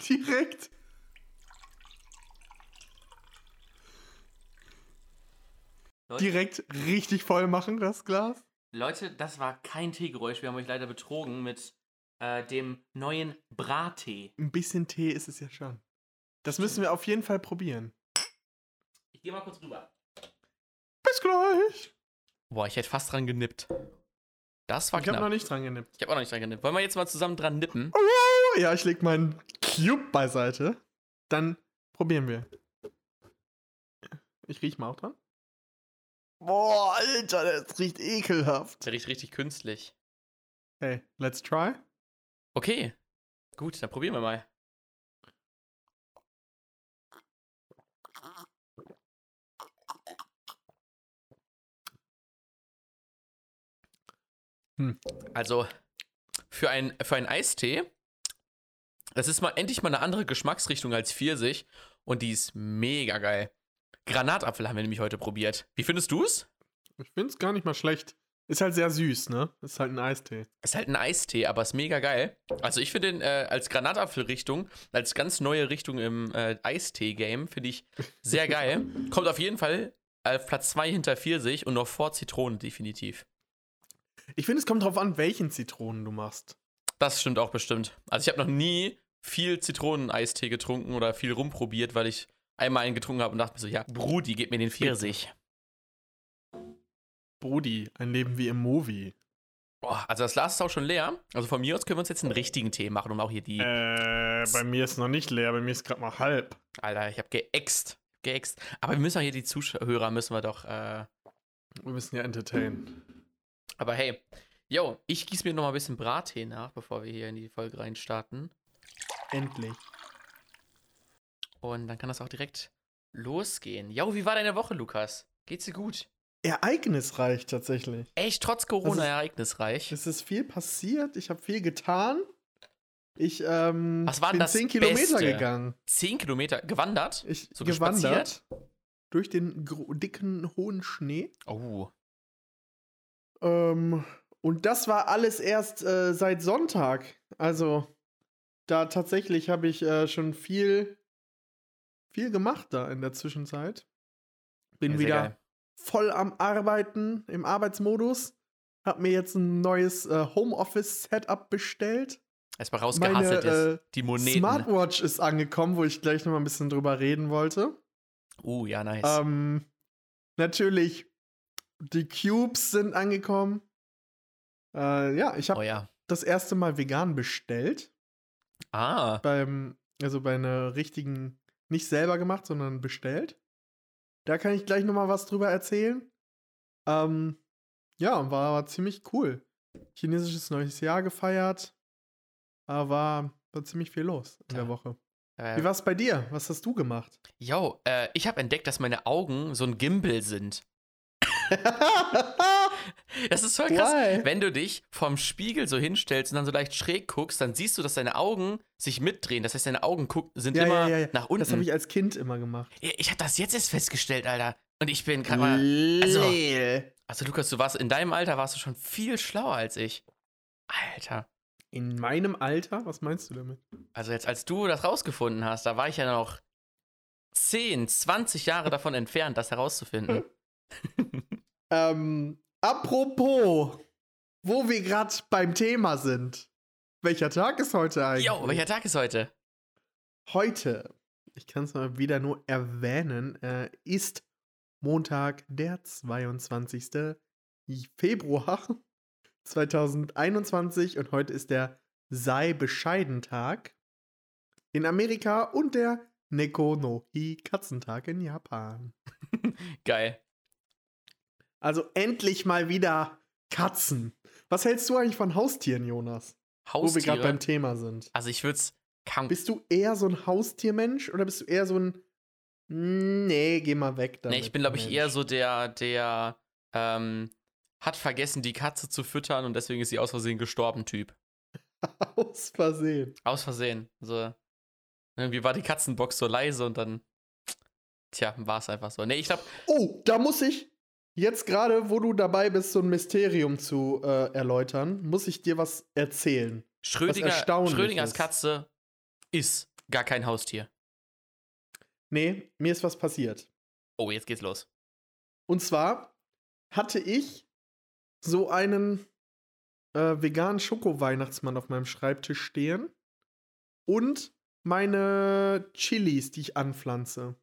Direkt. Leute, Direkt richtig voll machen, das Glas. Leute, das war kein Teegeräusch. Wir haben euch leider betrogen mit dem neuen Brattee. Ein bisschen Tee ist es ja schon. Das müssen wir auf jeden Fall probieren. Ich gehe mal kurz rüber. Bis gleich. Boah, ich hätte fast dran genippt. Das war Ich habe knapp. noch nicht dran genippt. Ich habe auch noch nicht dran genippt. Wollen wir jetzt mal zusammen dran nippen? Oh, ja, ich leg meinen Cube beiseite. Dann probieren wir. Ich riech mal auch dran. Boah, Alter, das riecht ekelhaft. Der riecht richtig künstlich. Hey, let's try. Okay. Gut, dann probieren wir mal. Also, für einen Eistee, das ist mal endlich mal eine andere Geschmacksrichtung als Pfirsich und die ist mega geil. Granatapfel haben wir nämlich heute probiert. Wie findest du es? Ich find's gar nicht mal schlecht. Ist halt sehr süß, ne? Ist halt ein Eistee. Ist halt ein Eistee, aber ist mega geil. Also ich finde den als Granatapfelrichtung, als ganz neue Richtung im Eistee-Game, finde ich sehr geil. Kommt auf jeden Fall auf Platz 2 hinter Pfirsich und noch vor Zitrone definitiv. Ich finde, es kommt drauf an, welchen Zitronen du machst. Das stimmt auch bestimmt. Also ich habe noch nie viel Zitroneneistee getrunken oder viel rumprobiert, weil ich einmal einen getrunken habe und dachte mir so, ja, Brudi, gib mir den Pfirsich. Brudi, ein Leben wie im Movie. Boah, also das Glas ist auch schon leer. Also von mir aus können wir uns jetzt einen richtigen Tee machen, um auch hier die... Bei mir ist noch nicht leer, bei mir ist gerade mal halb. Alter, ich habe geäxt. Aber wir müssen auch hier die Zuhörer, müssen wir doch... Wir müssen ja entertainen. Aber hey, yo, ich gieße mir noch mal ein bisschen Brattee nach, bevor wir hier in die Folge reinstarten. Endlich. Und dann kann das auch direkt losgehen. Yo, wie war deine Woche, Lukas? Geht's dir gut? Ereignisreich tatsächlich. Echt, trotz Corona ereignisreich. Es ist viel passiert, ich habe viel getan. Ich Was war bin das 10 Kilometer Beste? gegangen. 10 Kilometer gewandert? Ich So gewandert durch den dicken, hohen Schnee. Oh. Und das war alles erst seit Sonntag. Also, da tatsächlich habe ich schon viel gemacht da in der Zwischenzeit. Bin Ja, sehr wieder geil. voll am Arbeiten, im Arbeitsmodus. Hab mir jetzt ein neues Homeoffice-Setup bestellt. Erstmal rausgehasselt jetzt. Die Moneten. Smartwatch ist angekommen, wo ich gleich noch mal ein bisschen drüber reden wollte. Ja, nice. Natürlich, die Cubes sind angekommen. Ja, ich habe das erste Mal vegan bestellt. Also bei einer richtigen, nicht selber gemacht, sondern bestellt. Da kann ich gleich noch mal was drüber erzählen. Ja, war ziemlich cool. Chinesisches neues Jahr gefeiert. War ziemlich viel los in der Woche. Wie war's bei dir? Was hast du gemacht? Yo, ich habe entdeckt, dass meine Augen so ein Gimbal sind. Das ist voll krass. Why? Wenn du dich vorm Spiegel so hinstellst und dann so leicht schräg guckst, dann siehst du, dass deine Augen sich mitdrehen. Das heißt, deine Augen sind immer nach unten. Das habe ich als Kind immer gemacht. Ich habe das jetzt erst festgestellt, Alter. Und ich bin gerade mal... Also Lukas, in deinem Alter warst du schon viel schlauer als ich. Alter. In meinem Alter? Was meinst du damit? Also jetzt, als du das rausgefunden hast, da war ich ja noch 10, 20 Jahre davon entfernt, das herauszufinden. Apropos, wo wir gerade beim Thema sind. Welcher Tag ist heute eigentlich? Jo, welcher Tag ist heute? Heute, ich kann es mal wieder nur erwähnen, ist Montag, der 22. Februar 2021 und heute ist der Sei-Bescheiden-Tag in Amerika und der Neko no Hi Katzentag in Japan. Geil. Also endlich mal wieder Katzen. Was hältst du eigentlich von Haustieren, Jonas? Haustiere? Wo wir gerade beim Thema sind. Also ich würde es kaum... Bist du eher so ein Haustiermensch oder bist du eher so ein nee, geh mal weg damit? Nee, ich bin, glaube ich, eher so der hat vergessen, die Katze zu füttern und deswegen ist sie aus Versehen gestorben, Typ. Aus Versehen. Aus Versehen. So. Irgendwie war die Katzenbox so leise und dann, war es einfach so. Nee, ich glaube... Oh, da muss ich jetzt gerade, wo du dabei bist, so ein Mysterium zu erläutern, muss ich dir was erzählen. Schrödingers Katze ist Gar kein Haustier. Nee, mir ist was passiert. Oh, jetzt geht's los. Und zwar hatte ich so einen veganen Schoko-Weihnachtsmann auf meinem Schreibtisch stehen und meine Chilis, die ich anpflanze.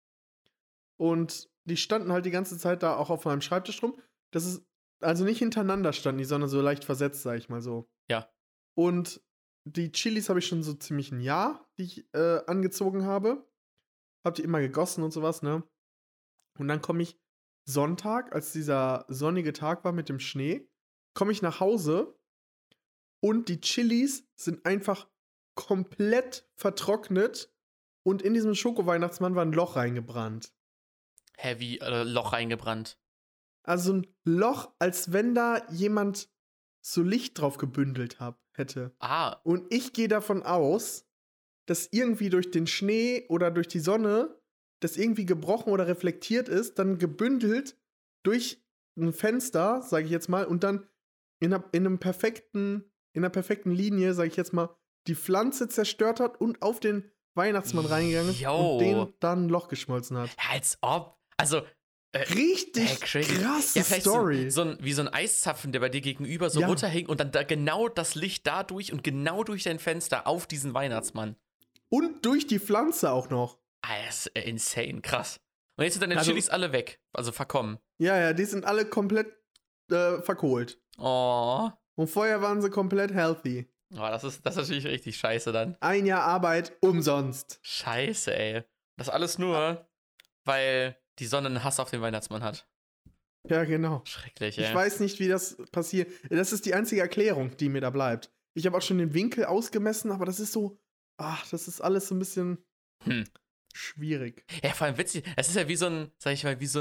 Und die standen halt die ganze Zeit da auch auf meinem Schreibtisch rum. Das ist, also nicht hintereinander standen die, sondern so leicht versetzt, sag ich mal so. Ja. Und die Chilis habe ich schon so ziemlich ein Jahr, die ich angezogen habe. Hab die immer gegossen und sowas, ne? Und dann komme ich Sonntag, als dieser sonnige Tag war mit dem Schnee, komme ich nach Hause und die Chilis sind einfach komplett vertrocknet und in diesem Schoko-Weihnachtsmann war ein Loch reingebrannt. Heavy Loch reingebrannt. Also ein Loch, als wenn da jemand so Licht drauf gebündelt hätte. Ah, Und ich gehe davon aus, dass irgendwie durch den Schnee oder durch die Sonne das irgendwie gebrochen oder reflektiert ist, dann gebündelt durch ein Fenster, sage ich jetzt mal, und dann in einer perfekten Linie, sage ich jetzt mal, die Pflanze zerstört hat und auf den Weihnachtsmann reingegangen ist und den dann ein Loch geschmolzen hat. ja, als ob. Also, Richtig crazy. krasse Ja, vielleicht Story. wie so ein Eiszapfen, der bei dir gegenüber so Ja. runterhängt und dann da genau das Licht da durch und genau durch dein Fenster auf diesen Weihnachtsmann. Und durch die Pflanze auch noch. Ah, das ist insane, krass. Und jetzt sind deine Also- Chilis alle weg, also verkommen. Ja, die sind alle komplett verkohlt. Oh, Und vorher waren sie komplett healthy. das ist natürlich richtig scheiße dann. Ein Jahr Arbeit umsonst. Scheiße, ey. Das alles nur, weil die Sonne einen Hass auf den Weihnachtsmann hat. Ja, genau. Schrecklich, ey. Ich weiß nicht, wie das passiert. Das ist die einzige Erklärung, die mir da bleibt. Ich habe auch schon den Winkel ausgemessen, aber das ist so, das ist alles so ein bisschen schwierig. Ja, vor allem witzig. Es ist ja wie so ein, sag ich mal, wie so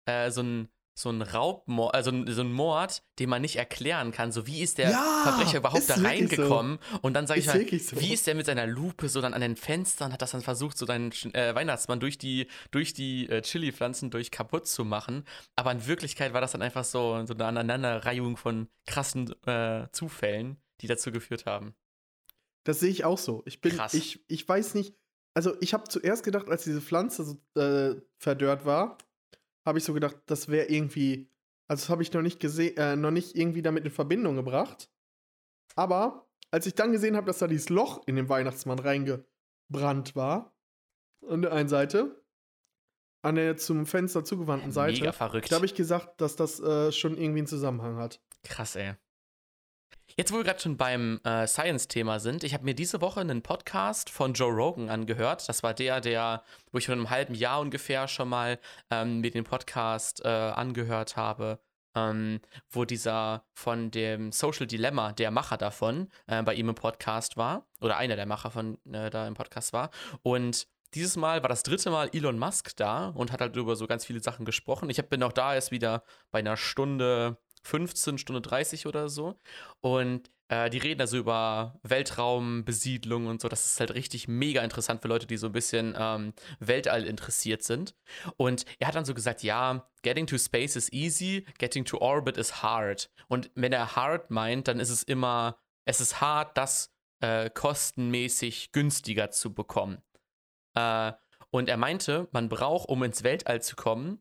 ein Raubmord, also so ein Mord, den man nicht erklären kann. So, wie ist der Ja, Verbrecher überhaupt ist da wirklich reingekommen? Und dann sag ich Ist mal, wirklich so. wie ist der mit seiner Lupe so dann an den Fenstern, hat das dann versucht, so deinen Weihnachtsmann durch die Chili-Pflanzen kaputt zu machen. Aber in Wirklichkeit war das dann einfach so eine Aneinanderreihung von krassen Zufällen, die dazu geführt haben. Das sehe ich auch so. Krass. Ich weiß nicht, also ich habe zuerst gedacht, als diese Pflanze so verdörrt war, habe ich so gedacht, das wäre irgendwie, also das habe ich noch nicht irgendwie damit in Verbindung gebracht. Aber als ich dann gesehen habe, dass da dieses Loch in den Weihnachtsmann reingebrannt war, an der einen Seite, an der zum Fenster zugewandten Seite, Mega verrückt. da habe ich gesagt, dass das schon irgendwie einen Zusammenhang hat. Krass, ey. Jetzt, wo wir gerade schon beim Science-Thema sind, ich habe mir diese Woche einen Podcast von Joe Rogan angehört. Das war wo ich vor einem halben Jahr ungefähr schon mal mir den Podcast angehört habe, wo dieser von dem Social Dilemma, der Macher davon, bei ihm im Podcast war. Oder einer der Macher von da im Podcast war. Und dieses Mal war das 3. Mal Elon Musk da und hat halt über so ganz viele Sachen gesprochen. Bin auch da erst wieder bei einer Stunde 15, Stunde 30 oder so. Und die reden also über Weltraumbesiedlung und so. Das ist halt richtig mega interessant für Leute, die so ein bisschen Weltall interessiert sind. Und er hat dann so gesagt, ja, getting to space is easy, getting to orbit is hard. Und wenn er hard meint, dann ist es ist hart, das kostenmäßig günstiger zu bekommen. Und er meinte, man braucht, um ins Weltall zu kommen,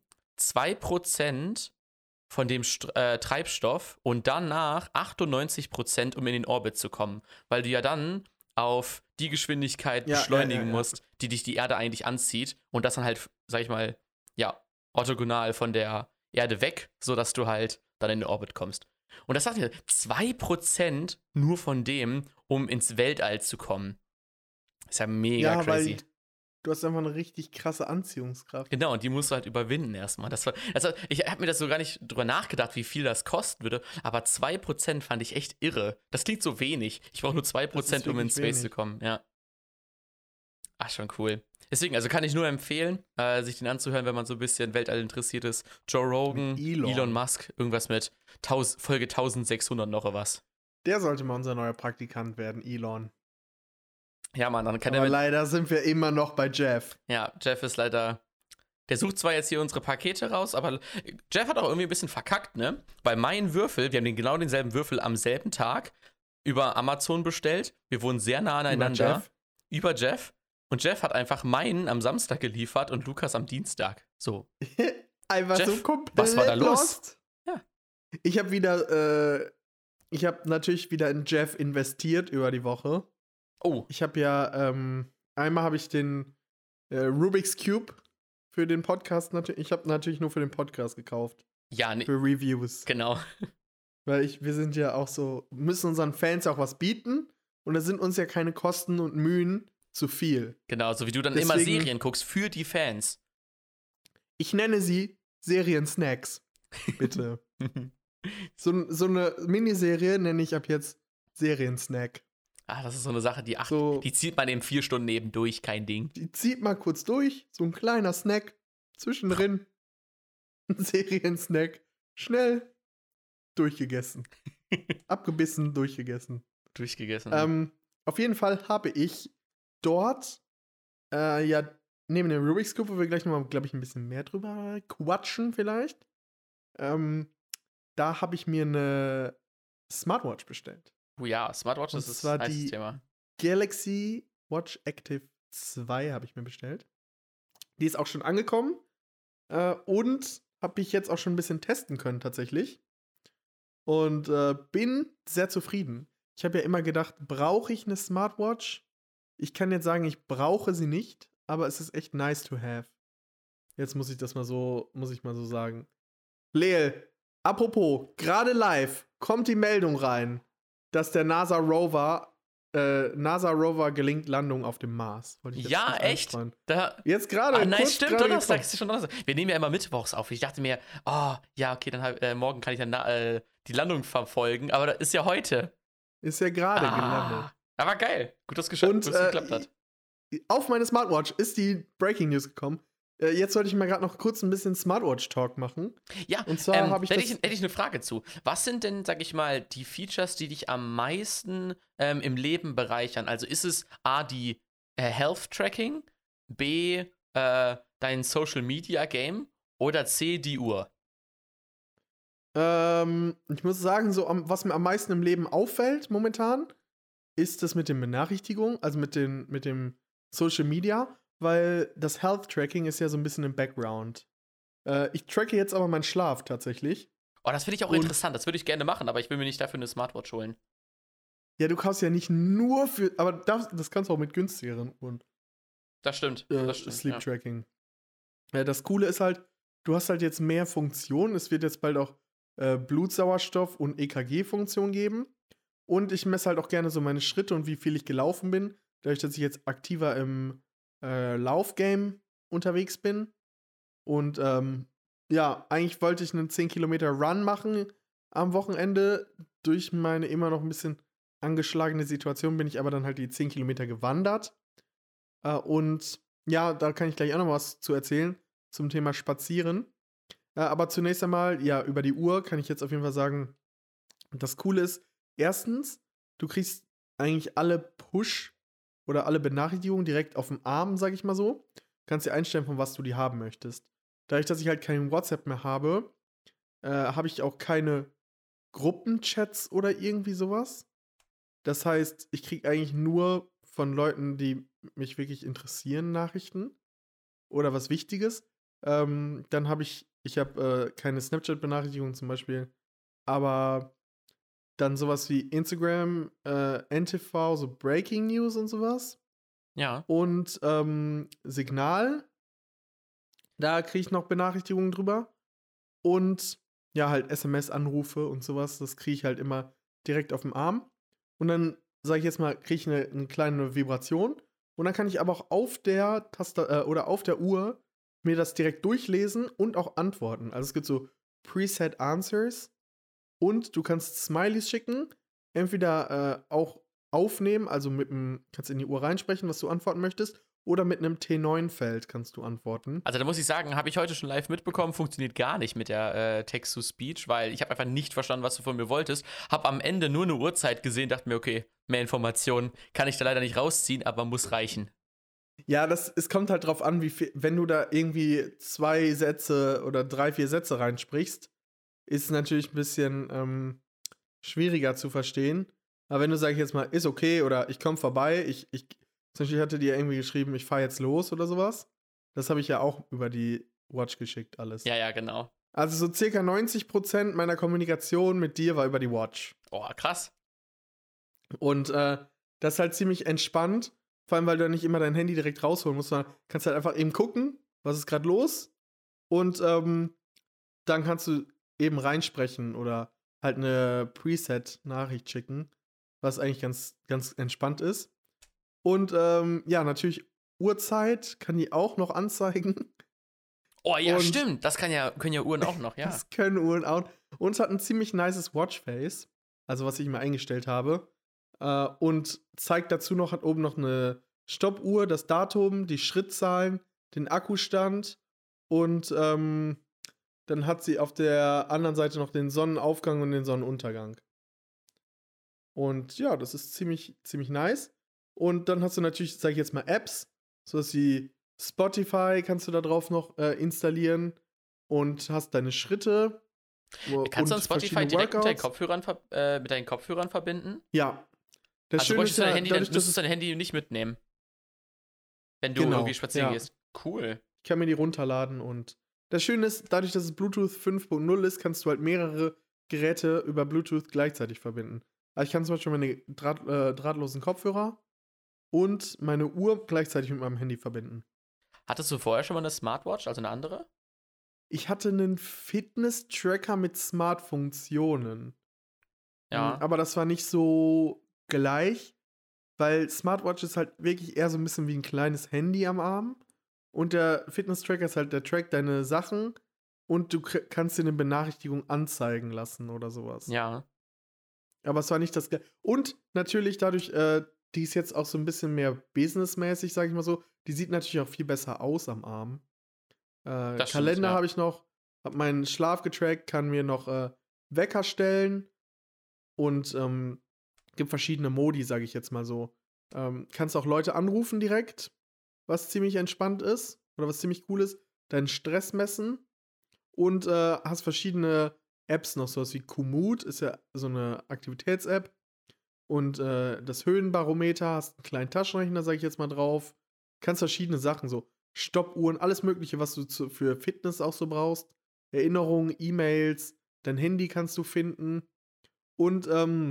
2% von dem Treibstoff und danach 98%, um in den Orbit zu kommen. Weil du ja dann auf die Geschwindigkeit beschleunigen musst, die dich die Erde eigentlich anzieht. Und das dann halt, sag ich mal, orthogonal von der Erde weg, sodass du halt dann in den Orbit kommst. Und das sagt er, 2% nur von dem, um ins Weltall zu kommen. Ist ja mega crazy. Weil du hast einfach eine richtig krasse Anziehungskraft. Genau, und die musst du halt überwinden erstmal. Ich habe mir das so gar nicht drüber nachgedacht, wie viel das kosten würde, aber 2% fand ich echt irre. Das klingt so wenig. Ich brauche nur 2%, um in Space zu kommen, ja. Ach, schon cool. Deswegen, also kann ich nur empfehlen, sich den anzuhören, wenn man so ein bisschen Weltall interessiert ist. Joe Rogan, Elon Musk, irgendwas mit Folge 1600 noch was. Der sollte mal unser neuer Praktikant werden, Elon. Ja, Mann, dann kann aber leider sind wir immer noch bei Jeff. Ja, Jeff ist leider. Der sucht zwar jetzt hier unsere Pakete raus, aber Jeff hat auch irgendwie ein bisschen verkackt, ne? Weil mein Würfel, wir haben genau denselben Würfel am selben Tag über Amazon bestellt. Wir wohnen sehr nah aneinander. Über Jeff. Und Jeff hat einfach meinen am Samstag geliefert und Lukas am Dienstag. So. Einfach Jeff, so komplett was war da los? lost. Ja. Ich habe natürlich wieder in Jeff investiert über die Woche. Oh, Ich habe ja, einmal habe ich den Rubik's Cube für den Podcast natürlich. Ich habe natürlich nur für den Podcast gekauft. ja, nee, Für Reviews. genau. Weil wir sind ja auch so, müssen unseren Fans auch was bieten. Und da sind uns ja keine Kosten und Mühen zu viel. Genau, so wie du dann immer Deswegen- Serien guckst für die Fans. Ich nenne sie Serien-Snacks. Bitte. So eine Miniserie nenne ich ab jetzt Serien-Snack. Das ist so eine Sache, So- die zieht man in 4 Stunden nebendurch, kein Ding. Die zieht mal kurz durch. So ein kleiner Snack. Zwischendrin. Ein Serien-Snack. Schnell. Durchgegessen. Abgebissen, durchgegessen. Durchgegessen. Auf jeden Fall habe ich dort, ja, neben dem Rubik's Cube, wo wir gleich nochmal, glaube ich, ein bisschen mehr drüber quatschen vielleicht, da habe ich mir eine Smartwatch bestellt. Oh ja, Smartwatch Und ist das zwar heißes die- Thema. Galaxy Watch Active 2 habe ich mir bestellt. Die ist auch schon angekommen und habe ich jetzt auch schon ein bisschen testen können tatsächlich. Und bin sehr zufrieden. Ich habe ja immer gedacht, brauche ich eine Smartwatch? Ich kann jetzt sagen, ich brauche sie nicht, aber es ist echt nice to have. Jetzt muss ich mal so sagen. Leel, apropos, gerade live kommt die Meldung rein, dass der NASA Rover gelingt Landung auf dem Mars. Wollte ich jetzt Ja, kurz echt? einstreuen. Da, Jetzt gerade. nice, kurz stimmt, gerade Donnerstag gekommen. ist ja schon Donnerstag. Wir nehmen ja immer mittwochs auf. Ich dachte mir, ja, okay, dann morgen kann ich dann die Landung verfolgen, aber das ist ja heute. Ist ja gerade gelandet. Aber geil. Gut, dass Und, es geklappt hat. Auf meine Smartwatch ist die Breaking News gekommen. Jetzt sollte ich mal gerade noch kurz ein bisschen Smartwatch-Talk machen. Ja, und zwar habe ich hätte das- hätte ich eine Frage zu. Was sind denn, sag ich mal, die Features, die dich am meisten im Leben bereichern? Also ist es A, die Health-Tracking, B, dein Social-Media-Game oder C, die Uhr? Ich muss sagen, was mir am meisten im Leben auffällt momentan, ist das mit den Benachrichtigungen, also mit dem Social Media, weil das Health Tracking ist ja so ein bisschen im Background. Ich tracke jetzt aber meinen Schlaf tatsächlich. Oh, das finde ich auch Und- interessant. Das würde ich gerne machen, aber ich will mir nicht dafür eine Smartwatch holen. Ja, du kaufst ja nicht nur für, aber das kannst du auch mit günstigeren Uhren. Das stimmt. Das stimmt. Sleep Ja. Tracking. Das Coole ist halt, du hast halt jetzt mehr Funktionen. Es wird jetzt bald auch Blutsauerstoff und EKG-Funktion geben. Und ich messe halt auch gerne so meine Schritte und wie viel ich gelaufen bin. Dadurch, dass ich jetzt aktiver im Laufgame unterwegs bin. Und ja, eigentlich wollte ich einen 10 Kilometer Run machen am Wochenende. Durch meine immer noch ein bisschen angeschlagene Situation bin ich aber dann halt die 10 Kilometer gewandert. Und ja, da kann ich gleich auch noch was zu erzählen zum Thema Spazieren. Aber zunächst einmal, ja, über die Uhr kann ich jetzt auf jeden Fall sagen, das Coole ist, erstens, du kriegst eigentlich alle Push- oder alle Benachrichtigungen direkt auf dem Arm, sag ich mal so. Kannst dir einstellen, von was du die haben möchtest. Dadurch, dass ich halt keinen WhatsApp mehr habe, habe ich auch keine Gruppenchats oder irgendwie sowas. Das heißt, ich kriege eigentlich nur von Leuten, die mich wirklich interessieren, Nachrichten oder was Wichtiges. Dann habe ich habe keine Snapchat-Benachrichtigungen zum Beispiel, aber dann sowas wie Instagram, NTV, so Breaking News und sowas. Ja. Und Signal, da kriege ich noch Benachrichtigungen drüber. Und ja, halt SMS-Anrufe und sowas, das kriege ich halt immer direkt auf dem Arm. Und dann, sage ich jetzt mal, kriege ich eine kleine Vibration. Und dann kann ich aber auch auf der oder auf der Uhr mir das direkt durchlesen und auch antworten. Also es gibt so Preset Answers und du kannst Smileys schicken, entweder auch aufnehmen, also kannst in die Uhr reinsprechen, was du antworten möchtest, oder mit einem T9-Feld kannst du antworten. Also da muss ich sagen, habe ich heute schon live mitbekommen, funktioniert gar nicht mit der Text-to-Speech, weil ich habe einfach nicht verstanden, was du von mir wolltest. Habe am Ende nur eine Uhrzeit gesehen, dachte mir, okay, mehr Informationen kann ich da leider nicht rausziehen, aber muss reichen. Ja, es kommt halt drauf an, wie viel, wenn du da irgendwie 2 Sätze oder 3, 4 Sätze reinsprichst, ist es natürlich ein bisschen schwieriger zu verstehen. Aber wenn du, sag ich jetzt mal, ist okay oder ich komme vorbei, Zum Beispiel hatte die ja irgendwie geschrieben, ich fahre jetzt los oder sowas. Das habe ich ja auch über die Watch geschickt, alles. Ja, genau. Also so circa 90% meiner Kommunikation mit dir war über die Watch. Oh, krass. Und das ist halt ziemlich entspannt, vor allem, weil du ja nicht immer dein Handy direkt rausholen musst, sondern kannst halt einfach eben gucken, was ist gerade los und dann kannst du eben reinsprechen oder halt eine Preset-Nachricht schicken, was eigentlich ganz, ganz entspannt ist. Und ja, natürlich Uhrzeit kann die auch noch anzeigen. Oh ja, Und stimmt. Das können ja Uhren auch noch, ja. Das können Uhren auch. Und es hat ein ziemlich nices Watchface, also was ich mir eingestellt habe. Und zeigt dazu noch, hat oben noch eine Stoppuhr, das Datum, die Schrittzahlen, den Akkustand und dann hat sie auf der anderen Seite noch den Sonnenaufgang und den Sonnenuntergang. Und ja, das ist ziemlich, ziemlich nice. Und dann hast du natürlich, sag ich jetzt mal, Apps, sowas wie Spotify kannst du da drauf noch installieren und hast deine Schritte. Kannst du und dann Spotify verschiedene direkt mit Workouts. deinen Kopfhörern verbinden? Ja. Das Also Schöne ist ja, dadurch, dass müsstest du dein Handy nicht mitnehmen, wenn du Genau, irgendwie spazieren ja. gehst. Cool. ich kann mir die runterladen und das Schöne ist, dadurch, dass es Bluetooth 5.0 ist, kannst du halt mehrere Geräte über Bluetooth gleichzeitig verbinden. Also ich kann zum Beispiel meine drahtlosen Kopfhörer und meine Uhr gleichzeitig mit meinem Handy verbinden. Hattest du vorher schon mal eine Smartwatch, also eine andere? Ich hatte einen Fitness-Tracker mit Smart-Funktionen. Ja. Aber das war nicht so gleich, weil Smartwatch ist halt wirklich eher so ein bisschen wie ein kleines Handy am Arm. Und der Fitness-Tracker ist halt, der trackt deine Sachen und du kannst dir eine Benachrichtigung anzeigen lassen oder sowas. Ja. Aber es war nicht das. Und natürlich dadurch, die ist jetzt auch so ein bisschen mehr businessmäßig, sag ich mal so. Die sieht natürlich auch viel besser aus am Arm. Das stimmt, Kalender ja. habe ich noch, hab meinen Schlaf getrackt, kann mir noch Wecker stellen und gibt verschiedene Modi, sage ich jetzt mal so. Kannst auch Leute anrufen direkt, was ziemlich entspannt ist oder was ziemlich cool ist. Deinen Stress messen und hast verschiedene Apps noch, sowas wie Komoot, ist ja so eine Aktivitäts-App. Und das Höhenbarometer, hast einen kleinen Taschenrechner, sage ich jetzt mal drauf. Kannst verschiedene Sachen, so Stoppuhren, alles Mögliche, was du für Fitness auch so brauchst. Erinnerungen, E-Mails, dein Handy kannst du finden. Und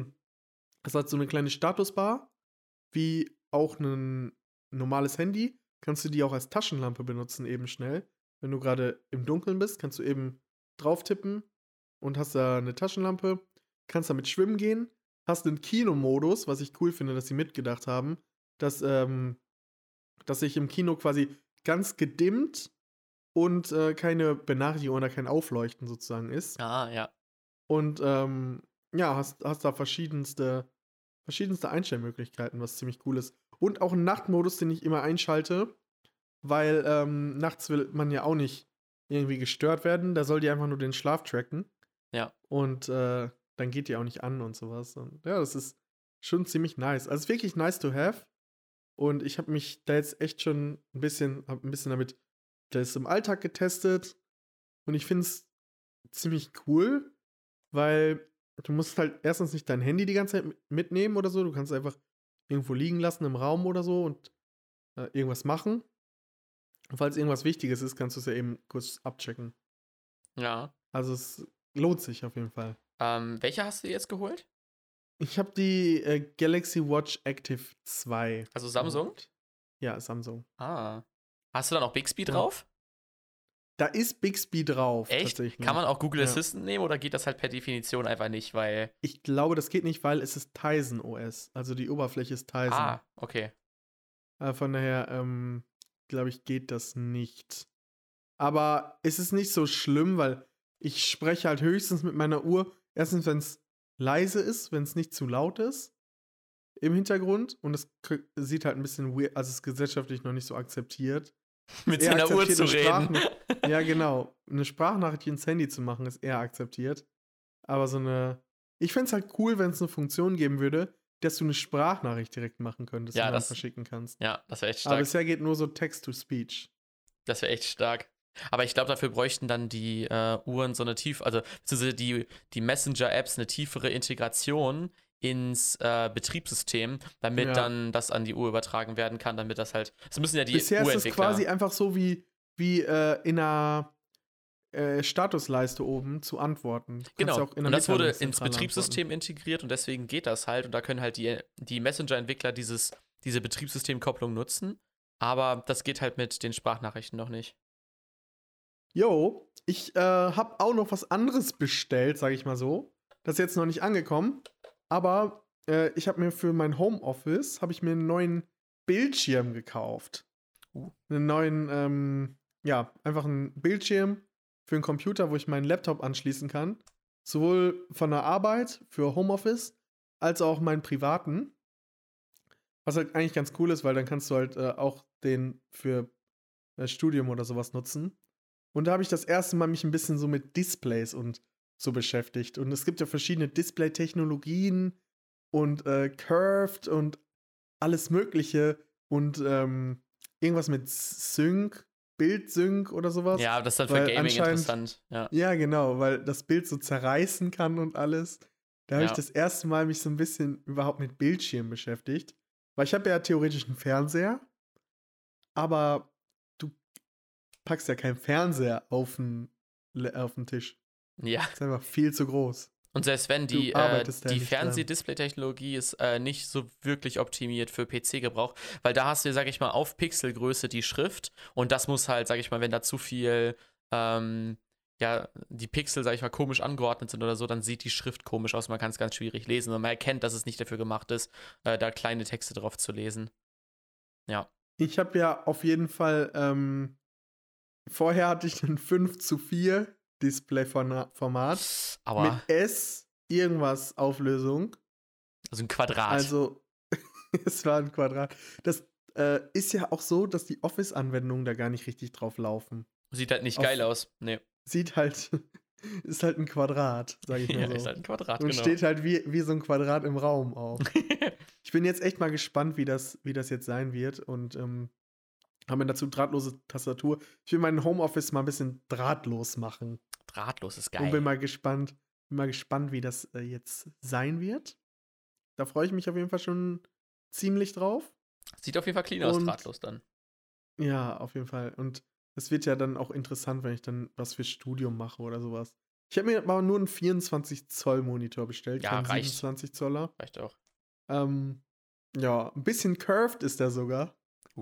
es hat so eine kleine Statusbar, wie auch ein normales Handy. Kannst du die auch als Taschenlampe benutzen, eben schnell. Wenn du gerade im Dunkeln bist, kannst du eben drauf tippen und hast da eine Taschenlampe. Kannst damit schwimmen gehen. Hast einen Kinomodus, was ich cool finde, dass sie mitgedacht haben, dass sich im Kino quasi ganz gedimmt und keine Benachrichtigung oder kein Aufleuchten sozusagen ist. Ah, ja. Und ja, hast da verschiedenste Einstellmöglichkeiten, was ziemlich cool ist. Und auch einen Nachtmodus, den ich immer einschalte, weil nachts will man ja auch nicht irgendwie gestört werden. Da soll die einfach nur den Schlaf tracken. Ja. Und dann geht die auch nicht an und sowas. Und ja, das ist schon ziemlich nice. Also es ist wirklich nice to have. Und ich habe mich da jetzt echt schon ein bisschen damit das im Alltag getestet. Und ich finde es ziemlich cool, weil du musst halt erstens nicht dein Handy die ganze Zeit mitnehmen oder so. Du kannst es einfach irgendwo liegen lassen im Raum oder so und irgendwas machen. Und falls irgendwas Wichtiges ist, kannst du es ja eben kurz abchecken. Ja. Also es lohnt sich auf jeden Fall. Welche hast du jetzt geholt? Ich habe die Galaxy Watch Active 2. Also Samsung? geholt. Ja, Samsung. Ah. Hast du da noch Bixby Ja. drauf? Da ist Bixby drauf, Echt? tatsächlich. Kann man auch Google Ja. Assistant nehmen oder geht das halt per Definition einfach nicht, weil. Ich glaube, das geht nicht, weil es ist Tizen OS. Also die Oberfläche ist Tizen. Ah, okay. Von daher, glaube ich, geht das nicht. Aber es ist nicht so schlimm, weil ich spreche halt höchstens mit meiner Uhr. Erstens, wenn es leise ist, wenn es nicht zu laut ist im Hintergrund. Und es sieht halt ein bisschen weird, also es ist gesellschaftlich noch nicht so akzeptiert. Mit Eher seiner Uhr akzeptiert, zu eine reden. Ja, genau. Eine Sprachnachricht ins Handy zu machen, ist eher akzeptiert. Aber so eine. Ich fände es halt cool, wenn es eine Funktion geben würde, dass du eine Sprachnachricht direkt machen könntest Ja, und dann das- verschicken kannst. Ja, das wäre echt Aber stark. bisher geht nur so Text-to-Speech. Das wäre echt stark. Aber ich glaube, dafür bräuchten dann die Uhren so eine beziehungsweise die Messenger-Apps eine tiefere Integration ins Betriebssystem, damit Ja. dann das an die Uhr übertragen werden kann, damit das halt. Es müssen ja die Bisher ist es Uhrentwickler. quasi einfach so wie in einer Statusleiste oben zu antworten. Du kannst Genau. ja auch in der Und das wurde ins Mitteilungszentrale Betriebssystem integriert und deswegen geht das halt. Und da können halt die Messenger-Entwickler diese Betriebssystemkopplung nutzen. Aber das geht halt mit den Sprachnachrichten noch nicht. Jo, ich habe auch noch was anderes bestellt, sage ich mal so. Das ist jetzt noch nicht angekommen, aber ich habe mir für mein Homeoffice einen neuen Bildschirm gekauft. Einen neuen, einfach einen Bildschirm für einen Computer, wo ich meinen Laptop anschließen kann. Sowohl von der Arbeit für Homeoffice, als auch meinen privaten. Was halt eigentlich ganz cool ist, weil dann kannst du halt auch den für Studium oder sowas nutzen. Und da habe ich das erste Mal mich ein bisschen so mit Displays und so beschäftigt. Und es gibt ja verschiedene Display-Technologien und Curved und alles Mögliche und irgendwas mit Sync, Bildsync oder sowas. Ja, das ist halt für Weil Gaming anscheinend- interessant. Ja. Ja, genau, weil das Bild so zerreißen kann und alles. Da habe ich Ja. das erste Mal mich so ein bisschen überhaupt mit Bildschirmen beschäftigt. Weil ich habe ja theoretisch einen Fernseher, aber du packst ja keinen Fernseher auf den Tisch. Ja. Das ist einfach viel zu groß. Und selbst wenn Du die arbeitest da die nicht dran. Fernseh-Display-Technologie ist nicht so wirklich optimiert für PC-Gebrauch, weil da hast du, sag ich mal, auf Pixelgröße die Schrift und das muss halt, sag ich mal, wenn da zu viel, die Pixel, sag ich mal, komisch angeordnet sind oder so, dann sieht die Schrift komisch aus, man kann es ganz schwierig lesen und man erkennt, dass es nicht dafür gemacht ist, da kleine Texte drauf zu lesen. Ja. Ich habe ja auf jeden Fall, vorher hatte ich ein 5:4 Display-Format Aber, mit S irgendwas Auflösung. also ein Quadrat. Also, es war ein Quadrat. Das ist ja auch so, dass die Office-Anwendungen da gar nicht richtig drauf laufen. Sieht halt nicht auf- geil aus. Nee. Sieht halt, ist halt ein Quadrat, sag ich mal Ja, so. ist halt ein Quadrat, Und genau. steht halt wie so ein Quadrat im Raum auch. Ich bin jetzt echt mal gespannt, wie das jetzt sein wird. Und habe mir dazu drahtlose Tastatur. Ich will meinen Homeoffice mal ein bisschen drahtlos machen. Drahtlos ist Und geil. bin mal gespannt, wie das jetzt sein wird. Da freue ich mich auf jeden Fall schon ziemlich drauf. Sieht auf jeden Fall clean aus, Und- drahtlos dann. Ja, auf jeden Fall. Und es wird ja dann auch interessant, wenn ich dann was fürs Studium mache oder sowas. Ich habe mir aber nur einen 24-Zoll-Monitor bestellt, Ja, keinen reicht. 27-Zoller. Reicht auch. Ja, ein bisschen curved ist der sogar.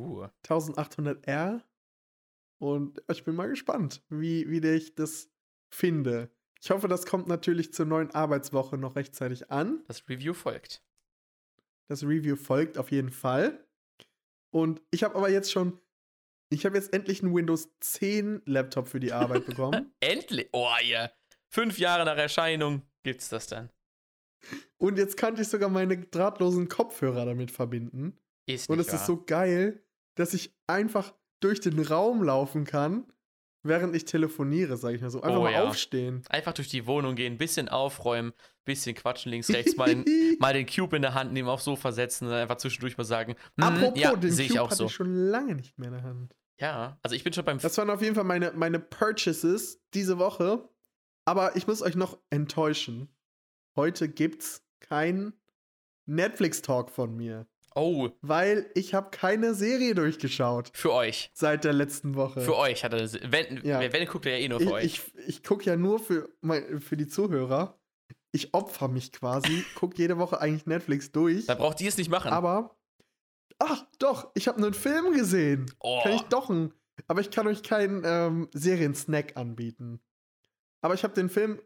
1800R. Und ich bin mal gespannt, wie ich das finde. Ich hoffe, das kommt natürlich zur neuen Arbeitswoche noch rechtzeitig an. Das Review folgt. Das Review folgt auf jeden Fall. Und ich habe jetzt endlich einen Windows 10 Laptop für die Arbeit bekommen. Endlich! Oh, ja. 5 Jahre nach Erscheinung gibt's das dann. Und jetzt kann ich sogar meine drahtlosen Kopfhörer damit verbinden. Ist Und nicht es wahr. ist so geil, dass ich einfach durch den Raum laufen kann, während ich telefoniere, sag ich mal so. Einfach Oh mal ja. aufstehen. Einfach durch die Wohnung gehen, bisschen aufräumen, bisschen quatschen links, rechts, mal den Cube in der Hand nehmen, aufs Sofa setzen und dann einfach zwischendurch mal sagen, Apropos, ja, den sehe ich Cube auch hatte so. ich schon lange nicht mehr in der Hand. Ja, also ich bin schon beim Das waren auf jeden Fall meine Purchases diese Woche. Aber ich muss euch noch enttäuschen. Heute gibt's keinen Netflix-Talk von mir. Oh, Weil ich habe keine Serie durchgeschaut für euch. seit der letzten Woche. Für euch hat er das. Ja. Wenn guckt er ja eh nur für euch. Ich gucke ja nur für die Zuhörer. Ich opfer mich quasi, gucke jede Woche eigentlich Netflix durch. Dann braucht die es nicht machen. Aber, ach doch, ich habe einen Film gesehen. Oh. Kann ich doch aber ich kann euch keinen Seriensnack anbieten. Aber ich habe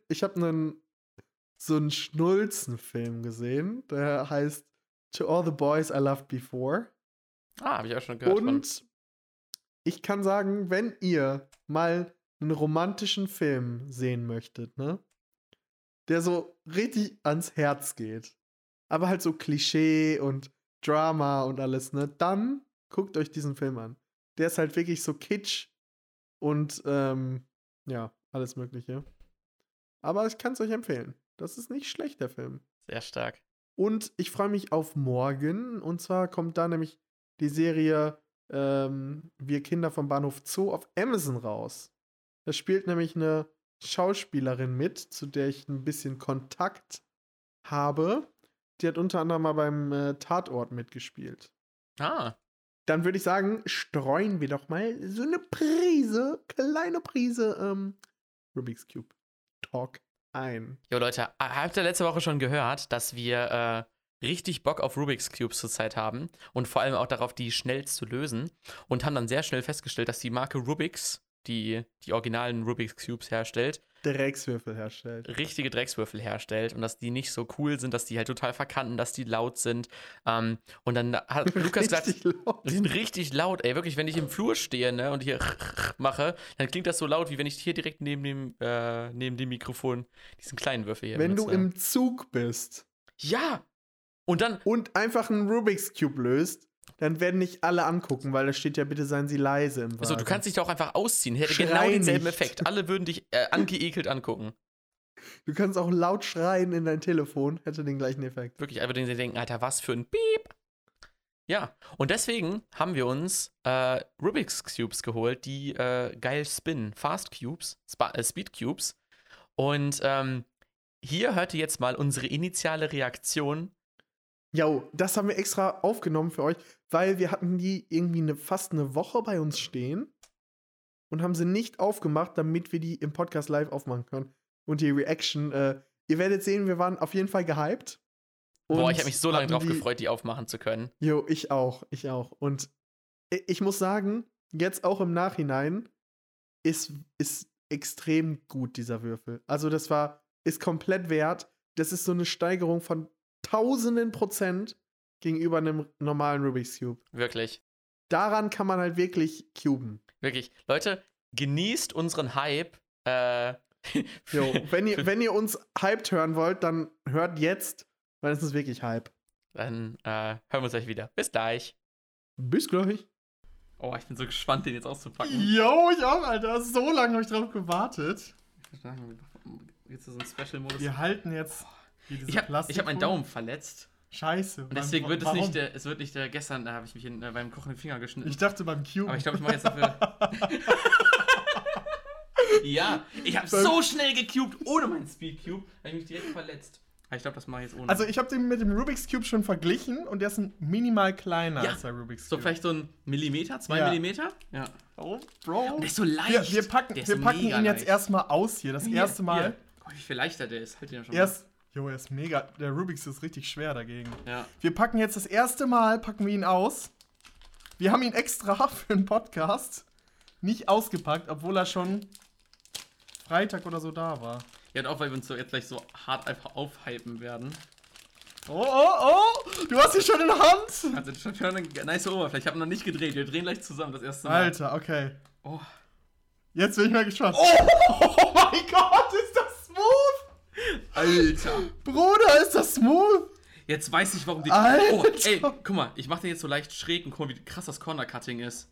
so einen Schnulzenfilm gesehen, der heißt To All the Boys I Loved Before. Habe ich auch schon gehört. Und ich kann sagen, wenn ihr mal einen romantischen Film sehen möchtet, ne, der so richtig ans Herz geht, aber halt so Klischee und Drama und alles, ne, dann guckt euch diesen Film an. Der ist halt wirklich so kitsch und ja, alles Mögliche. Aber ich kann es euch empfehlen. Das ist nicht schlecht, der Film. Sehr stark. Und ich freue mich auf morgen. Und zwar kommt da nämlich die Serie Wir Kinder vom Bahnhof Zoo auf Amazon raus. Da spielt nämlich eine Schauspielerin mit, zu der ich ein bisschen Kontakt habe. Die hat unter anderem mal beim Tatort mitgespielt. Ah. Dann würde ich sagen, streuen wir doch mal so eine kleine Prise Rubik's Cube Talk ein. Jo, Leute, habt ihr letzte Woche schon gehört, dass wir richtig Bock auf Rubik's Cubes zurzeit haben und vor allem auch darauf, die schnell zu lösen und haben dann sehr schnell festgestellt, dass die Marke Rubik's, die originalen Rubik's Cubes herstellt, Dreckswürfel herstellt. richtige Dreckswürfel herstellt und dass die nicht so cool sind, dass die halt total verkanten, dass die laut sind. Und dann hat Lukas gesagt, die sind richtig laut, ey, wirklich, wenn ich im Flur stehe, ne, und hier mache, dann klingt das so laut, wie wenn ich hier direkt neben dem Mikrofon diesen kleinen Würfel hier Wenn benutze. du im Zug bist Ja! Und dann, und einfach einen Rubik's Cube löst, dann werden nicht alle angucken, weil da steht ja, bitte seien Sie leise im Wagen. also du kannst dich da auch einfach ausziehen, hätte genau Schrei denselben nicht. Effekt. Alle würden dich angeekelt angucken. Du kannst auch laut schreien in dein Telefon, hätte den gleichen Effekt. Wirklich, einfach denken, Alter, was für ein Piep. Ja, und deswegen haben wir uns Rubik's Cubes geholt, die geil spinnen. Fast Cubes, Speed Cubes. Und hier hört ihr jetzt mal unsere initiale Reaktion. Jo, das haben wir extra aufgenommen für euch, weil wir hatten die irgendwie fast eine Woche bei uns stehen und haben sie nicht aufgemacht, damit wir die im Podcast live aufmachen können. Und die Reaction, ihr werdet sehen, wir waren auf jeden Fall gehypt. Boah, ich habe mich so lange hatten drauf gefreut, die aufmachen zu können. Jo, ich auch. Und ich muss sagen, jetzt auch im Nachhinein ist extrem gut, dieser Würfel. Also ist komplett wert. Das ist so eine Steigerung von 1000% gegenüber einem normalen Rubik's Cube. Wirklich. Daran kann man halt wirklich cuben. Wirklich. Leute, genießt unseren Hype. Jo, wenn ihr uns hyped hören wollt, dann hört jetzt, weil es ist wirklich Hype. Dann hören wir uns gleich wieder. Bis gleich. Bis gleich. Oh, ich bin so gespannt, den jetzt auszupacken. Jo, ich auch, Alter. So lange habe ich drauf gewartet. Jetzt so ein Special-Modus. Wir halten jetzt hier diese Ich hab meinen Daumen verletzt. Scheiße. Und deswegen wird es nicht der, gestern, da habe ich mich beim Kochen den Finger geschnitten. Ich dachte beim Cube. Aber ich glaube, ich mache jetzt dafür. Ja, ich habe so schnell gecubed, ohne meinen Speed Cube, habe ich mich direkt verletzt. Aber ich glaube, das mache ich jetzt ohne. Also ich habe den mit dem Rubik's Cube schon verglichen und der ist minimal kleiner als der Rubik's Cube. So vielleicht so ein Millimeter, 2 Millimeter? Ja. Oh, Bro. Und der ist so leicht. Wir packen ihn jetzt erstmal aus hier, das erste Mal. Hier. Oh, wie viel leichter der ist. Halt den ja schon er ist mega. Der Rubik's ist richtig schwer dagegen. Ja. Wir packen jetzt das erste Mal, ihn aus. Wir haben ihn extra für den Podcast nicht ausgepackt, obwohl er schon Freitag oder so da war. Ja, und auch weil wir uns so jetzt gleich so hart einfach aufhypen werden. Oh! Du hast ihn schon in der Hand! Also das ist schon eine nice Oberfläche. Ich habe noch nicht gedreht. Wir drehen gleich zusammen das erste Mal. Alter, okay. Oh. Jetzt bin ich mal gespannt. Oh mein Gott, ist das smooth! Alter. Bruder, ist das smooth! Jetzt weiß ich, warum die... Alter. Oh, ey, guck mal. Ich mach den jetzt so leicht schräg und guck mal, wie krass das Corner-Cutting ist.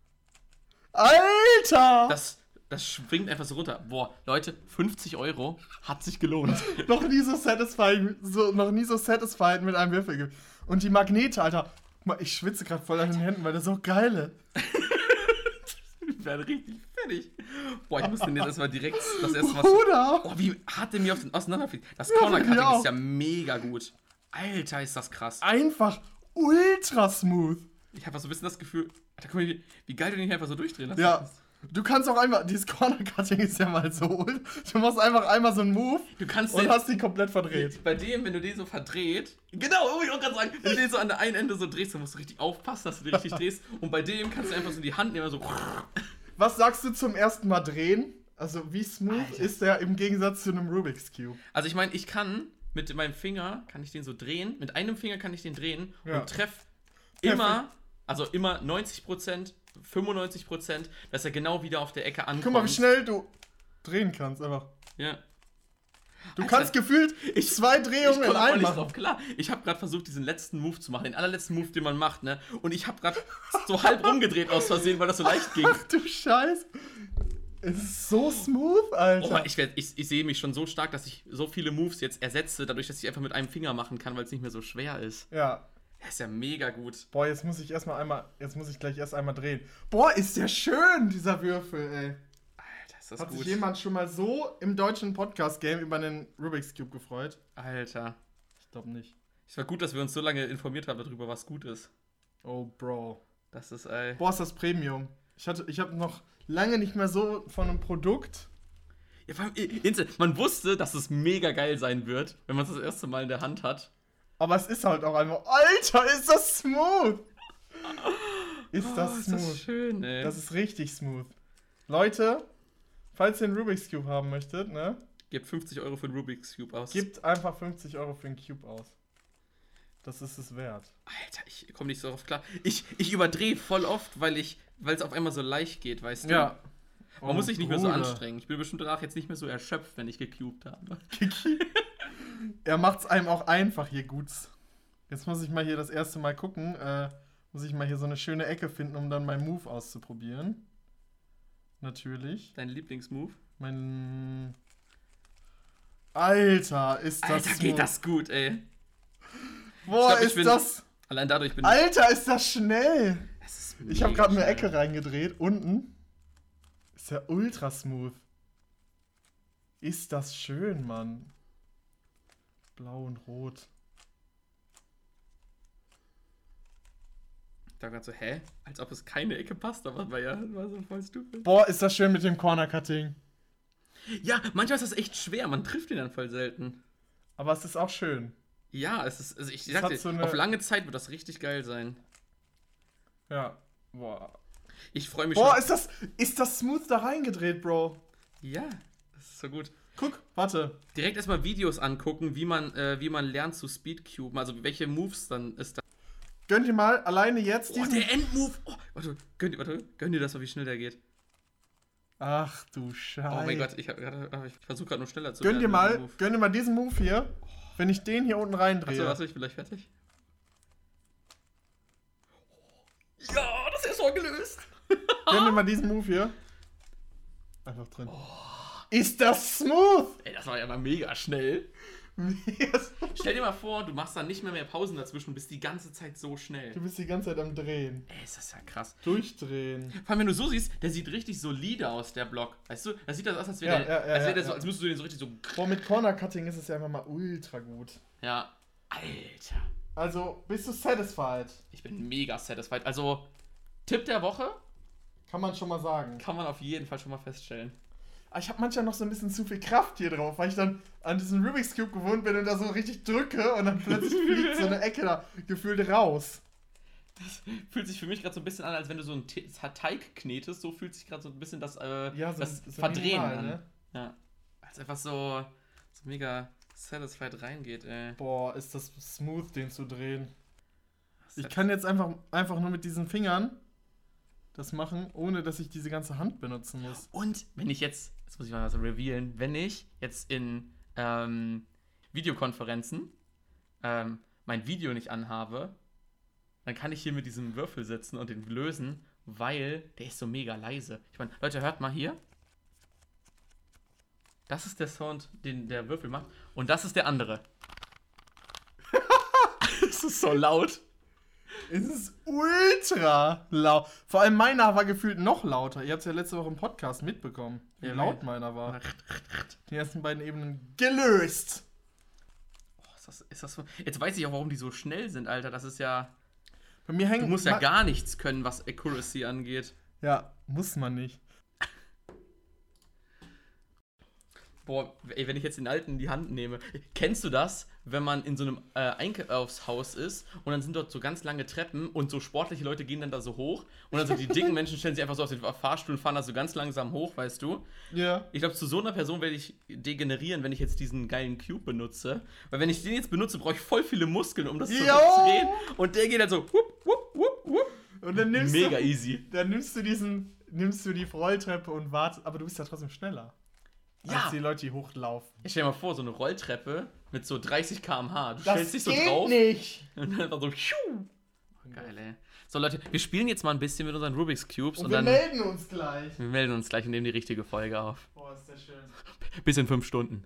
Alter! Das schwingt einfach so runter. Boah, Leute, 50 € hat sich gelohnt. noch nie so satisfied mit einem Würfel. Und die Magnete, Alter. Guck mal, ich schwitze gerade voll an den Händen, weil der so geil ist. Ich werde richtig fertig. Boah, ich muss den jetzt erstmal direkt das erste Mal... Bruder! Oh, wie hart der mir auf den auseinanderfliegt. Das Corner-Cutting ist ja mega gut. Alter, ist das krass. Einfach ultra smooth. Ich habe so ein bisschen das Gefühl... Alter, guck mal, wie geil du den hier einfach so durchdrehen lässt. Ja. Du kannst auch einfach, dieses Corner-Cutting ist ja mal so, du machst einfach einmal so einen Move und hast die komplett verdreht. Bei dem, wenn du den so verdreht, genau, ich auch gerade sagen, wenn du den so an der einen Ende so drehst, dann musst du richtig aufpassen, dass du den richtig drehst. Und bei dem kannst du einfach so die Hand nehmen, so. Was sagst du zum ersten Mal drehen? Also wie smooth Alter. ist der im Gegensatz zu einem Rubik's Cube? Also ich meine, ich kann mit meinem Finger, kann ich den so drehen, mit einem Finger kann ich den drehen und treff immer, also immer 90%, 95%, dass er genau wieder auf der Ecke ankommt. Guck mal, wie schnell du drehen kannst, einfach. Ja. Du kannst gefühlt 2 Drehungen in einem machen. Drauf, klar. Ich habe gerade versucht, diesen letzten Move zu machen, den allerletzten Move, den man macht, ne? Und ich habe gerade so halb rumgedreht aus Versehen, weil das so leicht ging. Ach du Scheiß. Es ist so smooth, Alter. Oh, ich sehe mich schon so stark, dass ich so viele Moves jetzt ersetze, dadurch, dass ich einfach mit einem Finger machen kann, weil es nicht mehr so schwer ist. Ja. Das ist ja mega gut. Boah, jetzt muss ich gleich erst einmal drehen. Boah, ist der schön, dieser Würfel, ey. Alter, ist das Hat gut. sich jemand schon mal so im deutschen Podcast-Game über einen Rubik's Cube gefreut? Alter. Ich glaube nicht. Es war gut, dass wir uns so lange informiert haben darüber, was gut ist. Oh, Bro. Das ist, Boah, ist das Premium. Ich habe noch lange nicht mehr so von einem Produkt. Ja, vor allem, man wusste, dass es mega geil sein wird, wenn man es das erste Mal in der Hand hat. Aber es ist halt auch einfach. Alter, ist das smooth! Ist das smooth? Ist das schön, ey. Das ist richtig smooth. Leute, falls ihr einen Rubik's Cube haben möchtet, ne? Gebt 50 Euro für einen Rubik's Cube aus. Gebt einfach 50 Euro für einen Cube aus. Das ist es wert. Alter, ich komme nicht so darauf klar. Ich überdrehe voll oft, weil es auf einmal so leicht geht, weißt du? Ja. Man muss sich nicht mehr so Bruder. anstrengen. Ich bin bestimmt danach jetzt nicht mehr so erschöpft, wenn ich gecubed habe. Er macht's einem auch einfach hier gut. Jetzt muss ich mal hier das erste Mal gucken. Muss ich mal hier so eine schöne Ecke finden, um dann meinen Move auszuprobieren. Natürlich. Dein Lieblingsmove? Mein. Alter, ist das. Alter, geht das gut, ey. Boah, Ich glaub, ist das. Allein dadurch bin Alter, ist das schnell! ist Ich habe gerade eine mega Ecke reingedreht. Unten. Ist ja ultra smooth. Ist das schön, Mann. Blau und rot. Da gerade so, hä? Als ob es keine Ecke passt, aber war so voll stupid. Boah, ist das schön mit dem Corner Cutting. Ja, manchmal ist das echt schwer. Man trifft ihn dann voll selten. Aber es ist auch schön. Ja, es ist, also ich hat sag dir, so eine- auf lange Zeit wird das richtig geil sein. Ja. Boah. Ich freue mich Boah, schon. ist das smooth da reingedreht, Bro. Ja, das ist so gut. Guck, warte. Direkt erstmal Videos angucken, wie man lernt zu Speedcuben, also welche Moves dann ist da. Gönn dir mal alleine jetzt Oh, diesen... der Endmove! Oh, warte, gönn dir das mal, wie schnell der geht. Ach du Scheiße. Oh mein Gott, ich versuche gerade noch schneller zu Gönn dir mit dem mal, Move. gönn dir mal diesen Move hier. Wenn ich den hier unten reindrehe. Warte, ich bin gleich fertig. Ja, das ist so gelöst. Gönn dir mal diesen Move hier. Einfach drin. Ist das smooth? Ey, das war ja mal mega schnell. Stell dir mal vor, du machst dann nicht mehr Pausen dazwischen und bist die ganze Zeit so schnell. Du bist die ganze Zeit am Drehen. Ey, ist das ja krass. Durchdrehen. Vor allem, wenn du so siehst, der sieht richtig solide aus, der Block. Weißt du, das sieht das aus, als Ja, wäre ja, ja, ja. als müsstest du den so richtig so. Boah, mit Corner Cutting ist es ja einfach mal ultra gut. Ja. Alter. Also, bist du satisfied? Ich bin mega satisfied. Also, Tipp der Woche Kann man schon mal sagen. kann man auf jeden Fall schon mal feststellen. Aber ich habe manchmal noch so ein bisschen zu viel Kraft hier drauf, weil ich dann an diesen Rubik's Cube gewohnt bin und da so richtig drücke und dann plötzlich fliegt so eine Ecke da gefühlt raus. Das fühlt sich für mich gerade so ein bisschen an, als wenn du so einen Teig knetest. So fühlt sich gerade so ein bisschen das, das Verdrehen minimal, an. ne? Ja. Als einfach so mega satisfied reingeht, ey. Boah, ist das smooth, den zu drehen. Das Ich ist kann jetzt einfach nur mit diesen Fingern das machen, ohne dass ich diese ganze Hand benutzen muss. Und wenn ich jetzt muss ich mal was revealen, wenn ich jetzt in Videokonferenzen mein Video nicht anhabe, dann kann ich hier mit diesem Würfel sitzen und den lösen, weil der ist so mega leise. Ich meine, Leute, hört mal hier. Das ist der Sound, den der Würfel macht. Und das ist der andere. Das ist so laut. Es ist ultra laut. Vor allem meiner war gefühlt noch lauter. Ihr habt es ja letzte Woche im Podcast mitbekommen, wie Ja, laut meiner war. Die ersten beiden Ebenen gelöst. Oh, ist das so? Jetzt weiß ich auch, warum die so schnell sind, Alter. Das ist ja... Bei mir hängt Du musst ja gar nichts können, was Accuracy angeht. Ja, muss man nicht. Boah, ey, wenn ich jetzt den alten in die Hand nehme. Kennst du das, wenn man in so einem Einkaufshaus ist und dann sind dort so ganz lange Treppen und so sportliche Leute gehen dann da so hoch und dann so die dicken Menschen stellen sich einfach so auf den Fahrstuhl und fahren da so ganz langsam hoch, weißt du? Ja. Ich glaube, zu so einer Person werde ich degenerieren, wenn ich jetzt diesen geilen Cube benutze. Weil wenn ich den jetzt benutze, brauche ich voll viele Muskeln, um das zu drehen. Und der geht dann so wupp, wupp, wupp, wupp. Und dann Mega easy. Dann nimmst du die Rolltreppe und wartest, aber du bist ja trotzdem schneller. Ja. Als die Leute, die hochlaufen. Ich stell dir mal vor, so eine Rolltreppe mit so 30 km/h. Du Das stellst dich so geht drauf. nicht. Und dann einfach so. Geil, ey. So, Leute, wir spielen jetzt mal ein bisschen mit unseren Rubik's Cubes Und und wir dann. melden uns gleich. Wir melden uns gleich und nehmen die richtige Folge auf. Boah, ist der schön. Bis in 5 Stunden.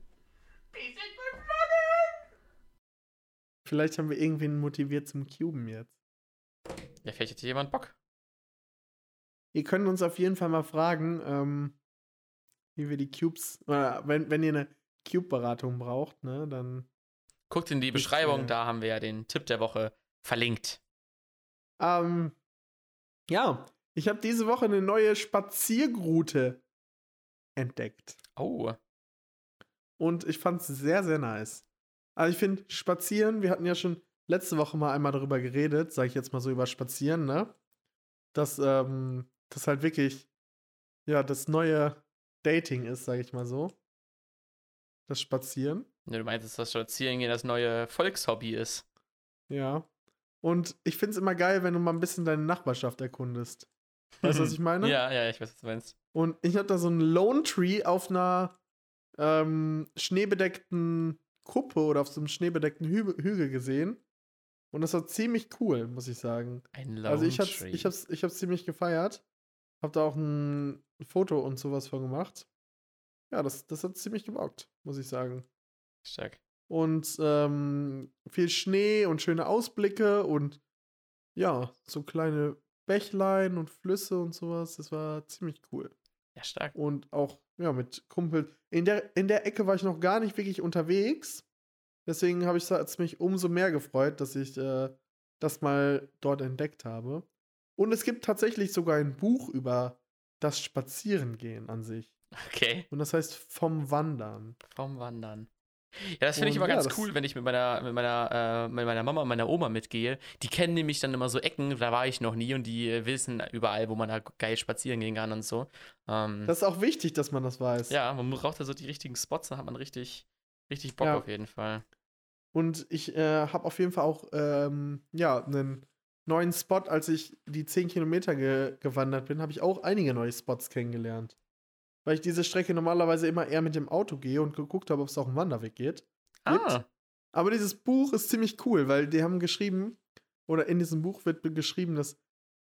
Vielleicht haben wir irgendwen motiviert zum Cuben jetzt. Ja, vielleicht hätte jemand Bock. Ihr könnt uns auf jeden Fall mal fragen, wie wir die Cubes, oder wenn ihr eine Cube-Beratung braucht, ne, dann Guckt in die Beschreibung, da haben wir ja den Tipp der Woche verlinkt. Ja, ich habe diese Woche eine neue Spazierroute entdeckt. Oh. Und ich fand es sehr, sehr nice. Also ich finde, Spazieren, wir hatten ja schon letzte Woche mal einmal darüber geredet, sage ich jetzt mal so über Spazieren, ne? Dass das halt wirklich, ja, das neue Dating ist, sage ich mal so. Das Spazieren. Ja, du meintest, dass Spazierengehen das neue Volkshobby ist. Ja. Und ich finde es immer geil, wenn du mal ein bisschen deine Nachbarschaft erkundest. Weißt du, was ich meine? Ja, ich weiß, was du meinst. Und ich habe da so einen Lone Tree auf einer schneebedeckten Kuppe oder auf so einem schneebedeckten Hügel gesehen. Und das war ziemlich cool, muss ich sagen. Ein Lone Also ich Tree. hab's ziemlich gefeiert. Hab da auch ein Foto und sowas von gemacht. Ja, das hat ziemlich gebockt, muss ich sagen. Stark. Und viel Schnee und schöne Ausblicke und ja, so kleine Bächlein und Flüsse und sowas. Das war ziemlich cool. Ja, stark. Und auch, ja, mit Kumpels. In der Ecke war ich noch gar nicht wirklich unterwegs. Deswegen hat's mich umso mehr gefreut, dass ich das mal dort entdeckt habe. Und es gibt tatsächlich sogar ein Buch über das Spazierengehen an sich. Okay. Und das heißt Vom Wandern. Vom Wandern. Ja, das finde ich Und immer ja, ganz cool, wenn ich mit meiner Mama und meiner Oma mitgehe. Die kennen nämlich dann immer so Ecken, da war ich noch nie und die wissen überall, wo man da geil spazieren gehen kann und so. Das ist auch wichtig, dass man das weiß. Ja, man braucht da so die richtigen Spots, dann hat man richtig Bock Ja. auf jeden Fall. Und ich habe auf jeden Fall auch ja, einen neuen Spot, als ich die 10 Kilometer gewandert bin, habe ich auch einige neue Spots kennengelernt. Weil ich diese Strecke normalerweise immer eher mit dem Auto gehe und geguckt habe, ob es auch einen Wanderweg gibt. Ah, Aber dieses Buch ist ziemlich cool, weil die haben geschrieben, oder in diesem Buch wird geschrieben, dass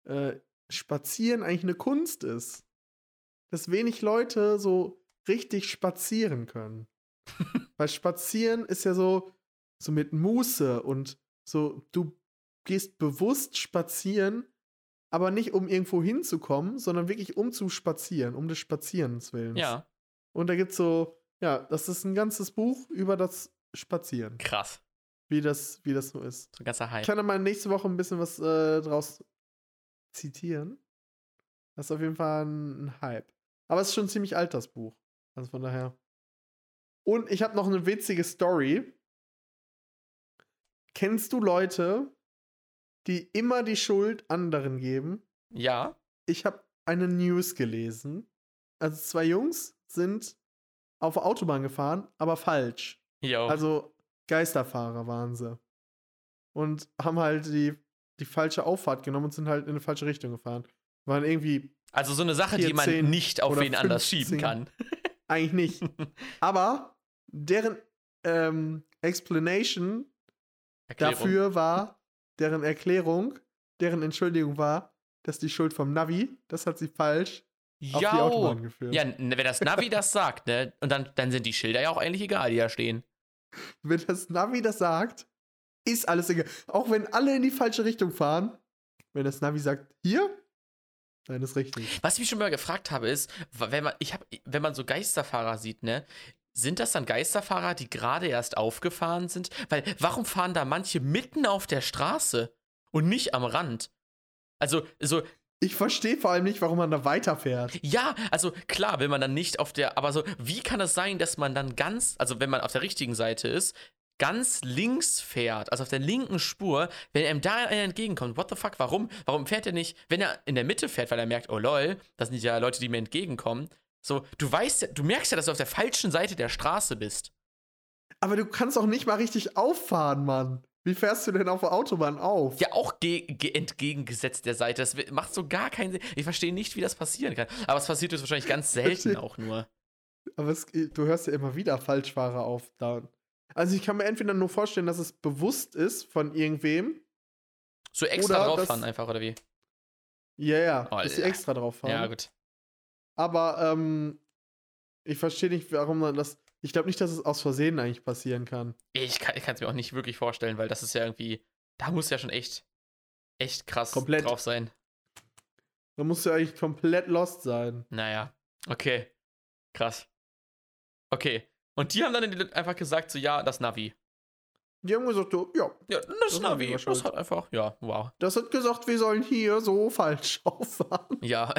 Spazieren eigentlich eine Kunst ist. Dass wenig Leute so richtig spazieren können. Weil Spazieren ist ja so mit Muße und so, du gehst bewusst spazieren, aber nicht um irgendwo hinzukommen, sondern wirklich um zu spazieren, um des Spazierens Willens. ja, Und da gibt's so, ja, das ist ein ganzes Buch über das Spazieren. krass. Wie das so ist. So ein ganzer Ich Hype. kann da mal nächste Woche ein bisschen was draus zitieren. Das ist auf jeden Fall ein Hype. Aber es ist schon ein ziemlich alt, das Buch. Also von daher. Und ich habe noch eine witzige Story. Kennst du Leute, die immer die Schuld anderen geben? Ja, Ich habe eine News gelesen. Also 2 Jungs sind auf der Autobahn gefahren, aber falsch. jo. Also Geisterfahrer waren sie. Und haben halt die falsche Auffahrt genommen und sind halt in eine falsche Richtung gefahren. Waren irgendwie Also so eine Sache, die man 14 nicht auf oder wen anders 15. schieben kann. eigentlich nicht. Aber deren Explanation Erklärung. dafür war, deren Erklärung, deren Entschuldigung war, dass die Schuld vom Navi, das hat sie falsch auf die Autobahn geführt. Ja, wenn das Navi das sagt, ne? Und dann sind die Schilder ja auch eigentlich egal, die da stehen. Wenn das Navi das sagt, ist alles egal. Auch wenn alle in die falsche Richtung fahren, wenn das Navi sagt, hier, dann ist richtig. Was ich mich schon mal gefragt habe, ist, wenn man so Geisterfahrer sieht, ne? Sind das dann Geisterfahrer, die gerade erst aufgefahren sind? Weil, warum fahren da manche mitten auf der Straße und nicht am Rand? Also, so, Ich verstehe vor allem nicht, warum man da weiterfährt. ja, also klar, will man dann nicht auf der, aber so, wie kann es sein, dass man dann also wenn man auf der richtigen Seite ist, ganz links fährt, also auf der linken Spur, wenn einem da einer entgegenkommt, what the fuck, warum? Warum fährt er nicht, wenn er in der Mitte fährt, weil er merkt, oh lol, das sind ja Leute, die mir entgegenkommen. So, du merkst ja, dass du auf der falschen Seite der Straße bist. Aber du kannst auch nicht mal richtig auffahren, Mann. Wie fährst du denn auf der Autobahn auf? Ja, auch entgegengesetzt der Seite. Das macht so gar keinen Sinn. Ich verstehe nicht, wie das passieren kann. Aber es passiert jetzt wahrscheinlich ganz selten auch nur. Aber du hörst ja immer wieder Falschfahrer auf. Also ich kann mir entweder nur vorstellen, dass es bewusst ist von irgendwem. So extra Oder drauffahren einfach, oder wie? Ja, Oh, dass sie ja. extra drauf fahren. Ja, gut. Aber ich verstehe nicht, warum man das. Ich glaube nicht, dass es aus Versehen eigentlich passieren kann. Ich kann es mir auch nicht wirklich vorstellen, weil das ist ja irgendwie, da muss ja schon echt krass Komplett. drauf sein. Da musst du eigentlich komplett lost sein. Naja, okay. Krass. Okay. Und die haben dann einfach gesagt, so, ja, das Navi. Die haben gesagt, so, ja. Ja, das Das Navi, war das schuld. hat einfach, ja, wow. Das hat gesagt, wir sollen hier so falsch auffahren. Ja,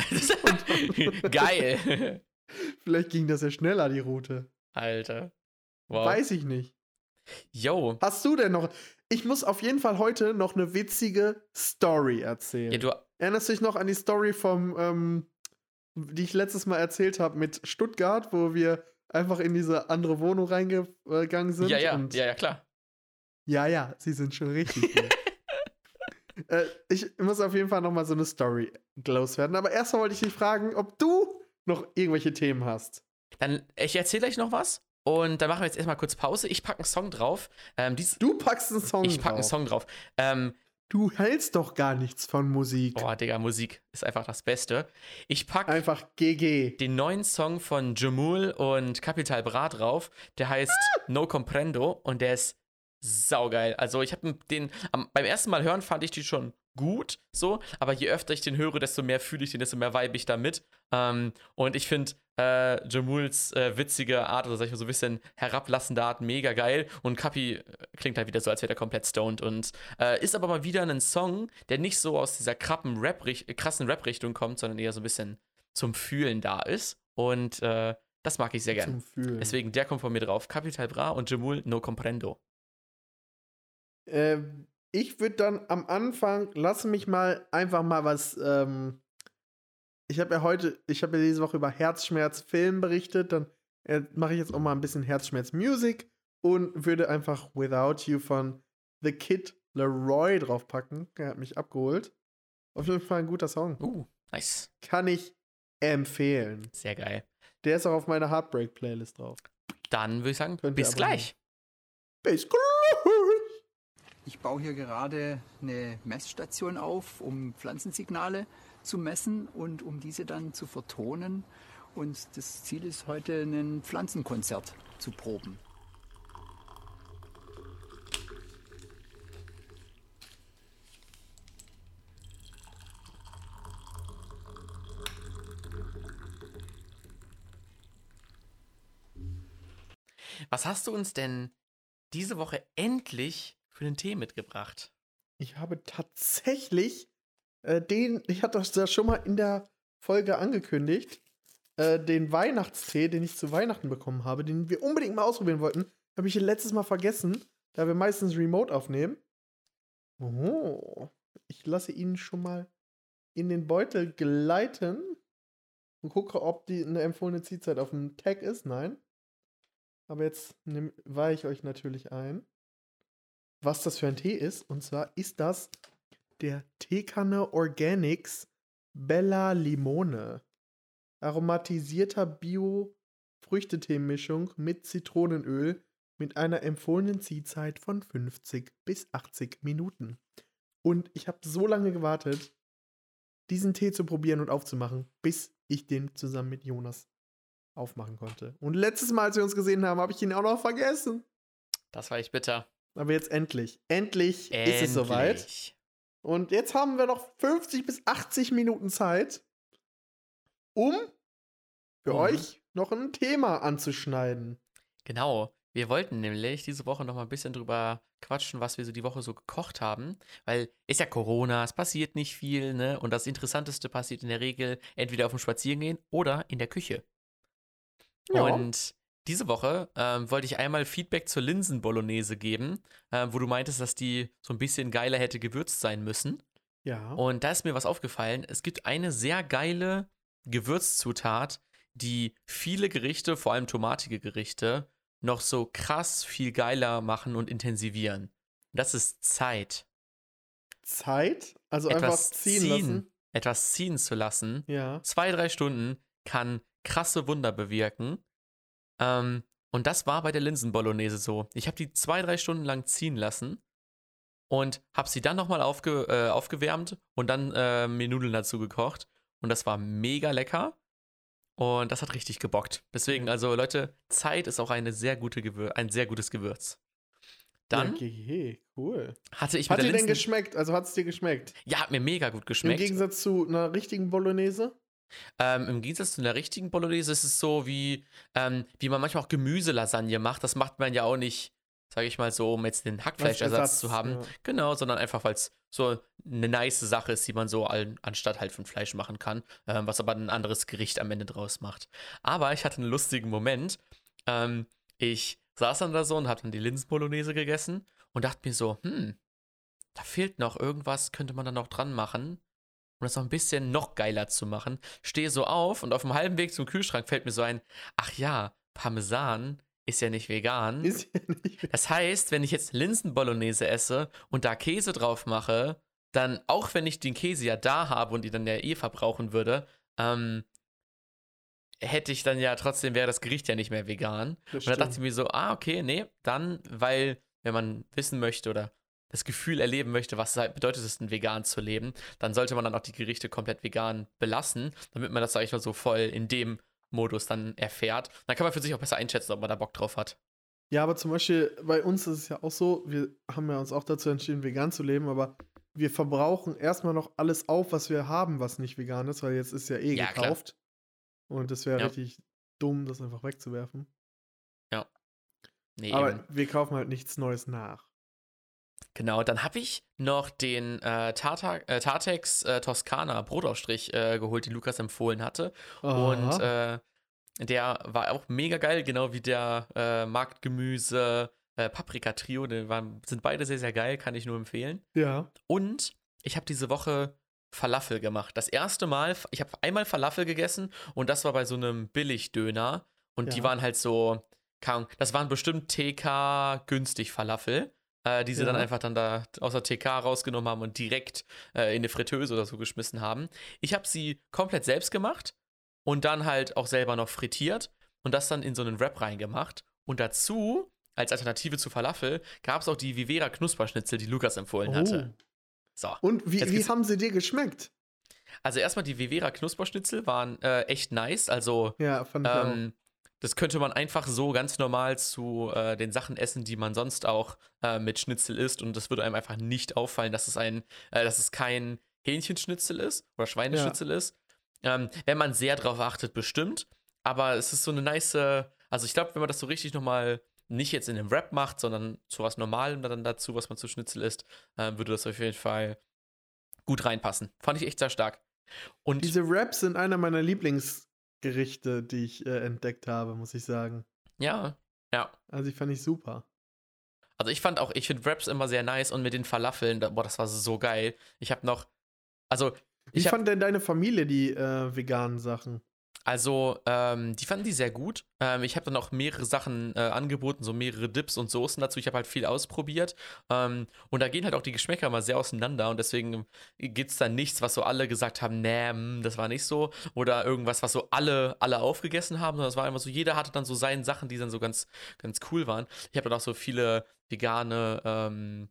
geil. Vielleicht ging das ja schneller, die Route. Alter. Wow. Weiß ich nicht. Yo. Hast du denn noch? Ich muss auf jeden Fall heute noch eine witzige Story erzählen. Ja, du, Erinnerst du dich noch an die Story die ich letztes Mal erzählt habe mit Stuttgart, wo wir einfach in diese andere Wohnung reingegangen sind? ja, Und klar. ja, sie sind schon richtig gut. Ich muss auf jeden Fall noch mal so eine Story loswerden. Aber erstmal wollte ich dich fragen, ob du noch irgendwelche Themen hast. Dann, ich erzähle gleich noch was und dann machen wir jetzt erstmal kurz Pause. Ich packe einen Song drauf. Du packst einen Song drauf. Ich packe einen Song drauf. Du hältst doch gar nichts von Musik. Boah, Digga, Musik ist einfach das Beste. Ich packe Einfach GG. den neuen Song von Jamul und Capital Bra drauf. Der heißt No Comprendo und der ist saugeil. Also ich habe beim ersten Mal hören fand ich die schon gut, so, aber je öfter ich den höre, desto mehr fühle ich den, desto mehr vibe ich damit. Und ich finde Jamuls witzige Art, oder sag ich mal so ein bisschen herablassende Art, mega geil. Und Capi klingt halt wieder so, als wäre er komplett stoned. Und ist aber mal wieder ein Song, der nicht so aus dieser krassen Rap-Richtung kommt, sondern eher so ein bisschen zum Fühlen da ist. Und das mag ich sehr gern. Zum Fühlen. Deswegen, der kommt von mir drauf. Capital Bra und Jamul No Comprendo. Ich würde dann am Anfang, lass mich mal einfach mal was, ich habe ja diese Woche über Herzschmerz-Film berichtet, dann mache ich jetzt auch mal ein bisschen Herzschmerz-Music und würde einfach Without You von The Kid Laroi draufpacken. Der hat mich abgeholt. Auf jeden Fall ein guter Song. Nice. Kann ich empfehlen. Sehr geil. Der ist auch auf meiner Heartbreak-Playlist drauf. Dann würde ich sagen, Könnt ihr bis abonnieren. gleich. Bis gleich! Ich baue hier gerade eine Messstation auf, um Pflanzensignale zu messen und um diese dann zu vertonen. Und das Ziel ist heute, ein Pflanzenkonzert zu proben. Was hast du uns denn diese Woche endlich für den Tee mitgebracht? Ich habe tatsächlich ich hatte das ja schon mal in der Folge angekündigt, den Weihnachtstee, den ich zu Weihnachten bekommen habe, den wir unbedingt mal ausprobieren wollten, habe ich letztes Mal vergessen, da wir meistens remote aufnehmen. Oh, ich lasse ihn schon mal in den Beutel gleiten und gucke, ob die eine empfohlene Ziehzeit auf dem Tag ist. Nein. Aber jetzt weihe ich euch natürlich ein, was das für ein Tee ist. Und zwar ist das der Teekanne Organics Bella Limone. Aromatisierter Bio-Früchtetee-Mischung mit Zitronenöl mit einer empfohlenen Ziehzeit von 50 bis 80 Minuten. Und ich habe so lange gewartet, diesen Tee zu probieren und aufzumachen, bis ich den zusammen mit Jonas aufmachen konnte. Und letztes Mal, als wir uns gesehen haben, habe ich ihn auch noch vergessen. Das war echt bitter. Aber jetzt endlich. Endlich ist es soweit. Und jetzt haben wir noch 50 bis 80 Minuten Zeit, um für euch noch ein Thema anzuschneiden. Genau. Wir wollten nämlich diese Woche noch mal ein bisschen drüber quatschen, was wir so die Woche so gekocht haben. Weil ist ja Corona, es passiert nicht viel, ne? Und das Interessanteste passiert in der Regel entweder auf dem Spazierengehen oder in der Küche. Ja. Und diese Woche wollte ich einmal Feedback zur Linsen-Bolognese geben, wo du meintest, dass die so ein bisschen geiler hätte gewürzt sein müssen. Ja. Und da ist mir was aufgefallen. Es gibt eine sehr geile Gewürzzutat, die viele Gerichte, vor allem tomatige Gerichte, noch so krass viel geiler machen und intensivieren. Und das ist Zeit. Zeit? Also einfach ziehen lassen? Etwas ziehen zu lassen. Ja. 2-3 Stunden kann krasse Wunder bewirken. Und das war bei der Linsen-Bolognese so. Ich habe die 2-3 Stunden lang ziehen lassen und habe sie dann nochmal aufgewärmt und dann mir Nudeln dazu gekocht. Und das war mega lecker. Und das hat richtig gebockt. Deswegen, also Leute, Zeit ist auch ein sehr gutes Gewürz. Dann cool. Hat dir denn geschmeckt? Also hat es dir geschmeckt? Ja, hat mir mega gut geschmeckt. Im Gegensatz zu einer richtigen Bolognese? Im Gegensatz zu einer richtigen Bolognese ist es so, wie man manchmal auch Gemüselasagne macht. Das macht man ja auch nicht sage ich mal so, um jetzt den Als Hackfleischersatz Ersatz, zu haben. ja. Genau, sondern einfach, weil es so eine nice Sache ist, die man so anstatt halt von Fleisch machen kann, was aber ein anderes Gericht am Ende draus macht. Aber ich hatte einen lustigen Moment. Ich saß dann da so und habe dann die Linsenbolognese gegessen und dachte mir so, da fehlt noch irgendwas, könnte man da noch dran machen, um das noch ein bisschen noch geiler zu machen. Stehe so auf und auf dem halben Weg zum Kühlschrank fällt mir so ein, ach ja, Parmesan ist ja nicht vegan. Ist ja nicht. Das heißt, wenn ich jetzt Linsenbolognese esse und da Käse drauf mache, dann, auch wenn ich den Käse ja da habe und die dann ja eh verbrauchen würde, hätte ich dann ja trotzdem, wäre das Gericht ja nicht mehr vegan. Das Und da dachte ich stimmt. mir so, okay, nee, dann, weil, wenn man wissen möchte oder das Gefühl erleben möchte, was halt bedeutet es denn, vegan zu leben, dann sollte man dann auch die Gerichte komplett vegan belassen, damit man das, sag ich mal, so voll in dem Modus dann erfährt. Dann kann man für sich auch besser einschätzen, ob man da Bock drauf hat. Ja, aber zum Beispiel bei uns ist es ja auch so, wir haben ja uns auch dazu entschieden, vegan zu leben, aber wir verbrauchen erstmal noch alles auf, was wir haben, was nicht vegan ist, weil jetzt ist ja eh Ja, klar. gekauft. Und es wäre Ja. richtig dumm, das einfach wegzuwerfen. Ja. Nee, Aber eben. wir kaufen halt nichts Neues nach. Genau, dann habe ich noch den Tartex Toskana Brotaufstrich geholt, den Lukas empfohlen hatte. Und der war auch mega geil, genau wie der Marktgemüse Paprika-Trio. Sind beide sehr, sehr geil, kann ich nur empfehlen. Ja. Und ich habe diese Woche Falafel gemacht. Das erste Mal, ich habe einmal Falafel gegessen und das war bei so einem Billigdöner. Und die Ja. waren halt so, keine Ahnung, das waren bestimmt TK günstig Falafel, die sie dann Ja. einfach dann da aus der TK rausgenommen haben und direkt in eine Fritteuse oder so geschmissen haben. Ich habe sie komplett selbst gemacht und dann halt auch selber noch frittiert und das dann in so einen Wrap reingemacht. Und dazu, als Alternative zu Falafel, gab es auch die Vivera Knusperschnitzel, die Lukas empfohlen hatte. So. Und wie Jetzt geht's- haben sie dir geschmeckt? Also erstmal die Vivera Knusperschnitzel waren echt nice. Also Ja, fand ich auch. das könnte man einfach so ganz normal zu den Sachen essen, die man sonst auch mit Schnitzel isst. Und das würde einem einfach nicht auffallen, dass es kein Hähnchenschnitzel ist oder Schweineschnitzel ist. Wenn man sehr drauf achtet, bestimmt. Aber es ist so eine nice, also ich glaube, wenn man das so richtig nochmal nicht jetzt in einem Wrap macht, sondern zu was Normalem dann dazu, was man zu Schnitzel isst, würde das auf jeden Fall gut reinpassen. Fand ich echt sehr stark. Und Diese Wraps sind einer meiner Lieblingsgerichte, die ich entdeckt habe, muss ich sagen. ja. Also die fand ich super. Also ich finde Wraps immer sehr nice und mit den Falafeln, boah, das war so geil. Ich habe noch, also Wie ich habe, fand denn deine Familie die veganen Sachen? die fanden die sehr gut. Ich habe dann auch mehrere Sachen angeboten, so mehrere Dips und Soßen dazu. Ich habe halt viel ausprobiert. Und da gehen halt auch die Geschmäcker mal sehr auseinander. Und deswegen gibt es da nichts, was so alle gesagt haben, nee, das war nicht so. Oder irgendwas, was so alle aufgegessen haben. Sondern es war immer so, jeder hatte dann so seine Sachen, die dann so ganz, ganz cool waren. Ich habe dann auch so viele vegane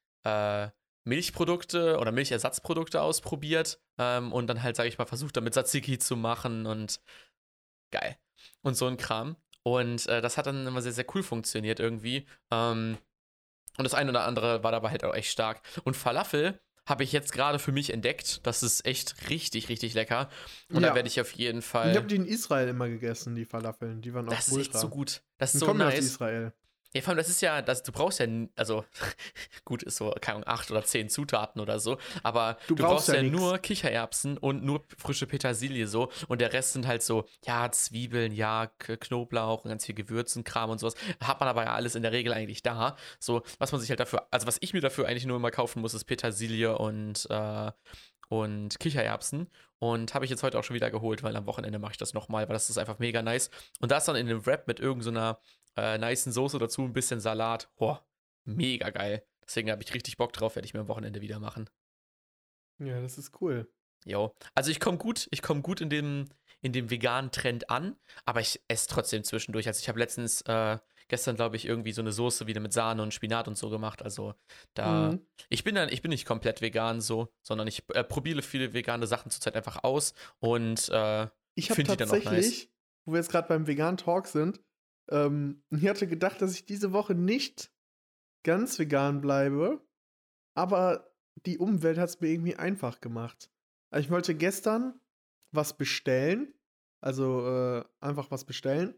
Milchprodukte oder Milchersatzprodukte ausprobiert und dann halt, sage ich mal, versucht, damit Tzatziki zu machen und geil. Und so ein Kram. Und das hat dann immer sehr, sehr cool funktioniert irgendwie. Und das eine oder andere war dabei halt auch echt stark. Und Falafel habe ich jetzt gerade für mich entdeckt. Das ist echt richtig, richtig lecker. Und da Ja. werde ich auf jeden Ich Fall. habe die in Israel immer gegessen, die Falafeln. Die waren auch Das ist echt so gut. Das ist Die so kommen ja aus nice. Israel. Ja, vor allem, das ist ja, du brauchst ja, also, gut, ist so, keine Ahnung, 8 oder 10 Zutaten oder so, aber Du du brauchst brauchst ja ja nix. nur Kichererbsen und nur frische Petersilie so und der Rest sind halt so, ja, Zwiebeln, ja, Knoblauch und ganz viel Gewürzenkram und sowas. Hat man aber ja alles in der Regel eigentlich da. So, was man sich halt dafür, also was ich mir dafür eigentlich nur immer kaufen muss, ist Petersilie und Kichererbsen. Und habe ich jetzt heute auch schon wieder geholt, weil am Wochenende mache ich das nochmal, weil das ist einfach mega nice. Und das dann in einem Wrap mit irgendeiner nicen Soße dazu, ein bisschen Salat. Boah, mega geil. Deswegen habe ich richtig Bock drauf, werde ich mir am Wochenende wieder machen. Ja, das ist cool. Jo. Also ich komme gut in dem veganen Trend an, aber ich esse trotzdem zwischendurch. Also ich habe letztens, gestern glaube ich, irgendwie so eine Soße wieder mit Sahne und Spinat und so gemacht. Also da, Mhm. ich bin nicht komplett vegan so, sondern ich probiere viele vegane Sachen zurzeit einfach aus und Ich habe finde die dann auch nice. tatsächlich, wo wir jetzt gerade beim veganen Talk sind, ich hatte gedacht, dass ich diese Woche nicht ganz vegan bleibe, aber die Umwelt hat es mir irgendwie einfach gemacht. Also ich wollte gestern was bestellen, also einfach was bestellen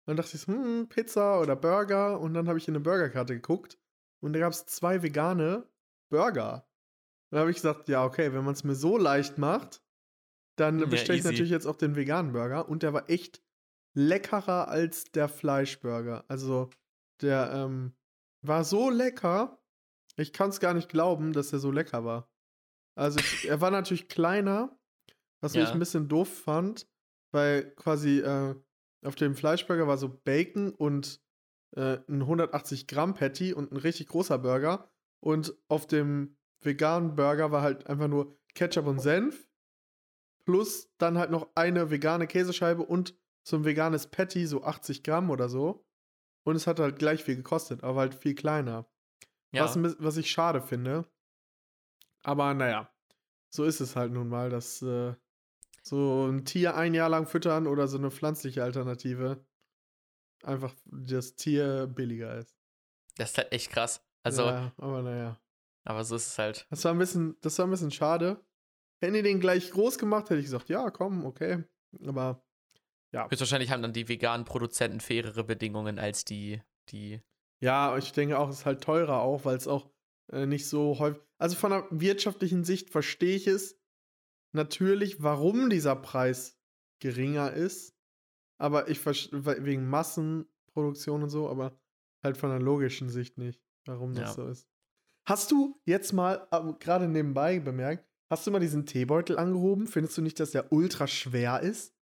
Dann dachte ich so, Pizza oder Burger. Und dann habe ich in eine Burgerkarte geguckt. Und da gab es 2 vegane Burger. Dann habe ich gesagt, ja, okay, wenn man es mir so leicht macht, dann Ja, bestelle ich easy. natürlich jetzt auch den veganen Burger. Und der war echt leckerer als der Fleischburger. Also, der war so lecker. Ich kann es gar nicht glauben, dass der so lecker war. Also, er war natürlich kleiner, was ich ein Ja. bisschen doof fand, weil quasi auf dem Fleischburger war so Bacon und ein 180 Gramm Patty und ein richtig großer Burger. Und auf dem veganen Burger war halt einfach nur Ketchup und Senf plus dann halt noch eine vegane Käsescheibe und so ein veganes Patty, so 80 Gramm oder so. Und es hat halt gleich viel gekostet, aber halt viel kleiner. Ja. Was ich schade finde. Aber naja, so ist es halt nun mal, dass so ein Tier ein Jahr lang füttern oder so eine pflanzliche Alternative einfach das Tier billiger ist. Das ist halt echt krass. Also, Ja, aber naja. aber so ist es halt. Das war ein bisschen schade. Wenn ihr den gleich groß gemacht, hätte ich gesagt, ja, komm, okay. Aber ja. Höchstwahrscheinlich haben dann die veganen Produzenten fairere Bedingungen als die. Ja, ich denke auch, es ist halt teurer auch, weil es auch nicht so häufig. Also von der wirtschaftlichen Sicht verstehe ich es natürlich, warum dieser Preis geringer ist. Aber wegen Massenproduktion und so, aber halt von der logischen Sicht nicht, warum das Ja. so ist. Hast du jetzt mal, gerade nebenbei bemerkt, hast du mal diesen Teebeutel angehoben? Findest du nicht, dass der ultra schwer ist?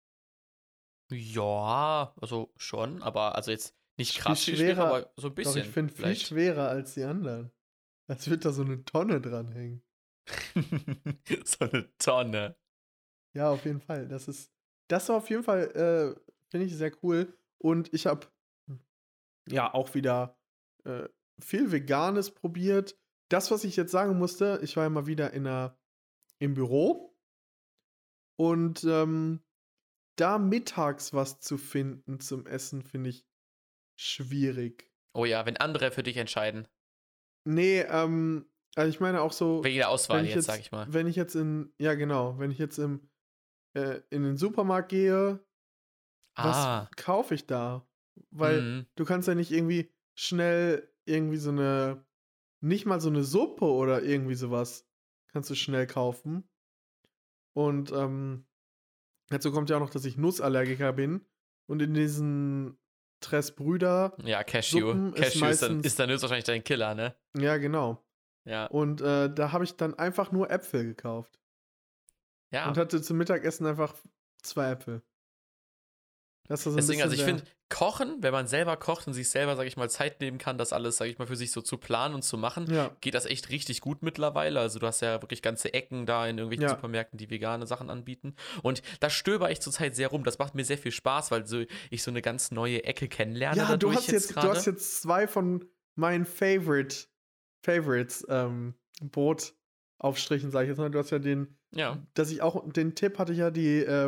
Ja, also schon, aber also jetzt nicht Viel krass viel schwerer, aber so ein Doch, bisschen. ich finde viel vielleicht. schwerer als die anderen. Als würde da so eine Tonne dranhängen. So eine Tonne. Ja, auf jeden Fall. Das war auf jeden Fall, finde ich sehr cool. Und ich habe ja auch wieder viel Veganes probiert. Das, was ich jetzt sagen musste, ich war ja mal wieder im Büro und da mittags was zu finden zum Essen, finde ich schwierig. Oh ja, wenn andere für dich entscheiden. Nee, also ich meine auch so, Wegen der Auswahl wenn ich jetzt, sag ich mal. wenn ich jetzt ja genau, wenn ich jetzt in den Supermarkt gehe, was kaufe ich da? Weil du kannst ja nicht irgendwie schnell irgendwie nicht mal so eine Suppe oder irgendwie sowas kannst du schnell kaufen. Und dazu kommt ja auch noch, dass ich Nussallergiker bin. Und in diesen Tres-Brüder Ja, Cashew. Suppen ist Cashew meistens, ist dann höchstwahrscheinlich dein Killer, ne? ja genau. Ja. Und da habe ich dann einfach nur Äpfel gekauft. Ja. Und hatte zum Mittagessen einfach 2 Äpfel. Das war so ein Deswegen, also ich bisschen finde, Kochen, wenn man selber kocht und sich selber, sag ich mal, Zeit nehmen kann, das alles, sag ich mal, für sich so zu planen und zu machen, ja. geht das echt richtig gut mittlerweile. Also du hast ja wirklich ganze Ecken da in irgendwelchen Ja. Supermärkten, die vegane Sachen anbieten. Und da stöber ich zurzeit sehr rum. Das macht mir sehr viel Spaß, weil ich so eine ganz neue Ecke kennenlerne. Ja, du dadurch hast gerade. jetzt 2 von meinen Favorites Brotaufstrichen, sag ich jetzt mal. Du hast ja Ja. den Tipp hatte ich ja,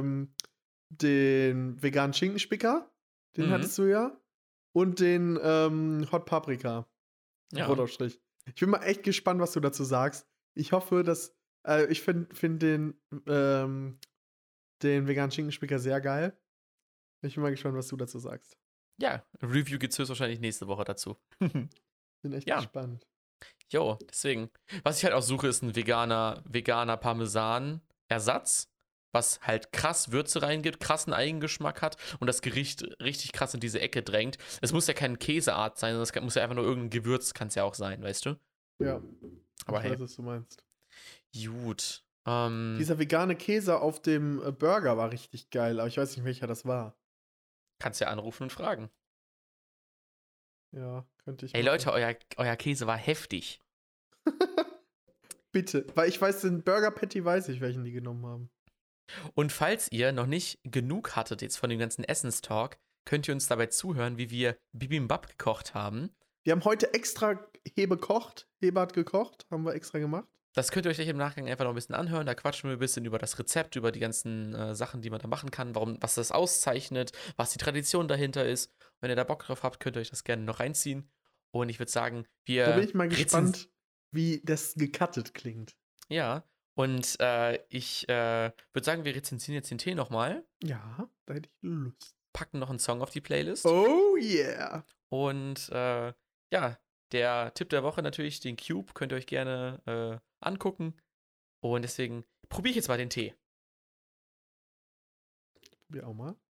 den veganen Schinkenspicker, den hattest du ja, und den Hot Paprika Ja. Brotaufstrich. Ich bin mal echt gespannt, was du dazu sagst. Ich hoffe, dass ich finde den veganen Schinkenspicker sehr geil. Ich bin mal gespannt, was du dazu sagst. Ja, Review gibt's höchstwahrscheinlich nächste Woche dazu. Bin echt Ja. gespannt. Jo, deswegen. Was ich halt auch suche, ist ein veganer Parmesan-Ersatz, was halt krass Würze reingibt, krassen Eigengeschmack hat und das Gericht richtig krass in diese Ecke drängt. Es muss ja kein Käseart sein, sondern es muss ja einfach nur irgendein Gewürz, kann es ja auch sein, weißt du? Ja. Aber Ich hey. weiß, was du meinst. Gut. Dieser vegane Käse auf dem Burger war richtig geil, aber ich weiß nicht, welcher das war. Kannst ja anrufen und fragen. Ja, könnte ich Ey machen. Leute, euer Käse war heftig. Bitte, weil ich weiß, den Burger Patty weiß ich, welchen die genommen haben. Und falls ihr noch nicht genug hattet jetzt von dem ganzen Essenstalk, könnt ihr uns dabei zuhören, wie wir Bibimbap gekocht haben. Wir haben heute extra Hebe hat gekocht, haben wir extra gemacht. Das könnt ihr euch gleich im Nachgang einfach noch ein bisschen anhören. Da quatschen wir ein bisschen über das Rezept, über die ganzen Sachen, die man da machen kann, was das auszeichnet, was die Tradition dahinter ist. Wenn ihr da Bock drauf habt, könnt ihr euch das gerne noch reinziehen. Und ich würde sagen, Da bin ich mal gespannt, wie das gecuttet klingt. Ja, und ich würde sagen, wir rezensieren jetzt den Tee nochmal. Ja, da hätte ich Lust. packen noch einen Song auf die Playlist. Oh yeah. Und ja, der Tipp der Woche natürlich, den Cube, könnt ihr euch gerne angucken. Und deswegen probiere ich jetzt mal den Tee. Probier auch mal.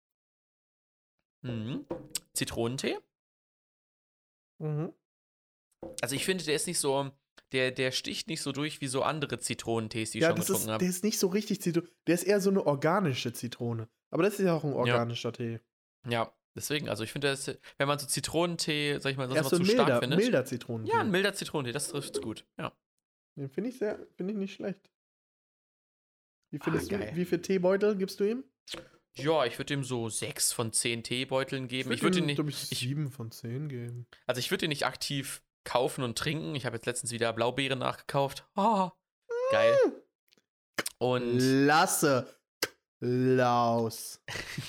Zitronentee. Mhm. Also ich finde, der ist nicht so, der sticht nicht so durch wie so andere Zitronentees, die ich schon getrunken habe. Der ist nicht so richtig Zitrone. Der ist eher so eine organische Zitrone. Aber das ist ja auch ein organischer Tee. Ja, deswegen, also ich finde, wenn man so Zitronentee, sag ich mal, sonst Ja, mal zu stark findet. Milder Zitronentee. Ja, ein milder Zitronentee, das trifft's gut, ja. Den finde ich nicht schlecht. Wie findest du, geil. wie viel Teebeutel gibst du ihm? Ja, ich würde ihm so 6 von 10 Teebeuteln geben. Ich würde ihn nicht, 7 von 10 geben. also ich würde ihn nicht aktiv kaufen und trinken. Ich habe jetzt letztens wieder Blaubeeren nachgekauft. Oh, geil. Und Lasse Laus.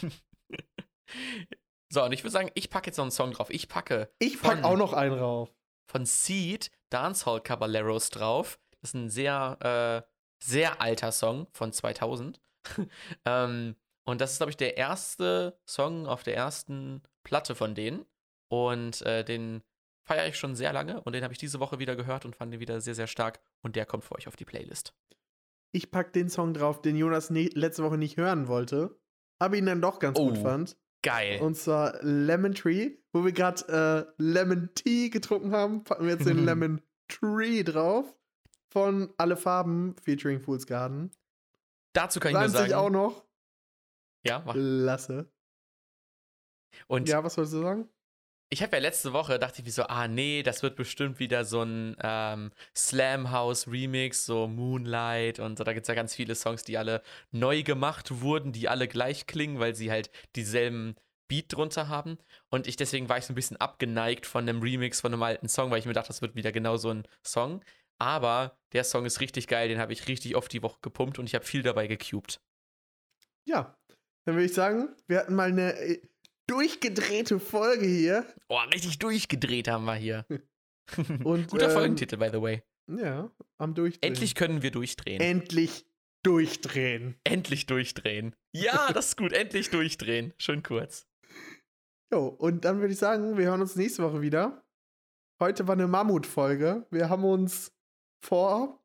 so, und ich würde sagen, ich packe jetzt noch einen Song drauf. Ich packe auch noch einen drauf. von Seed Dancehall Caballeros drauf. Das ist ein sehr, sehr alter Song von 2000. Und das ist, glaube ich, der erste Song auf der ersten Platte von denen. Und den feiere ich schon sehr lange. Und den habe ich diese Woche wieder gehört und fand ihn wieder sehr, sehr stark. Und der kommt für euch auf die Playlist. Ich pack den Song drauf, den Jonas letzte Woche nicht hören wollte, aber ihn dann doch ganz gut fand. Geil. Und zwar Lemon Tree, wo wir gerade Lemon Tea getrunken haben, packen wir jetzt den Lemon Tree drauf. Von Alle Farben featuring Fool's Garden. Dazu kann ich nur sagen. Sich auch noch. Ja, mach. Lasse. Und ja, was wolltest du sagen? ich habe ja letzte Woche, dachte ich mir so, nee, das wird bestimmt wieder so ein Slam House Remix, so Moonlight und so. Da gibt es ja ganz viele Songs, die alle neu gemacht wurden, die alle gleich klingen, weil sie halt dieselben Beat drunter haben. Und deswegen war ich so ein bisschen abgeneigt von einem Remix von einem alten Song, weil ich mir dachte, das wird wieder genau so ein Song. Aber der Song ist richtig geil, den habe ich richtig oft die Woche gepumpt und ich habe viel dabei gecubed. Ja, dann würde ich sagen, wir hatten mal eine durchgedrehte Folge hier. Oh, richtig durchgedreht haben wir hier. Und, guter Folgentitel, by the way. Ja, am Durchdrehen. Endlich können wir durchdrehen. Endlich durchdrehen. Endlich durchdrehen. Ja, das ist gut. Endlich durchdrehen. Schön kurz. Jo, und dann würde ich sagen, wir hören uns nächste Woche wieder. Heute war eine Mammutfolge. Wir haben uns vor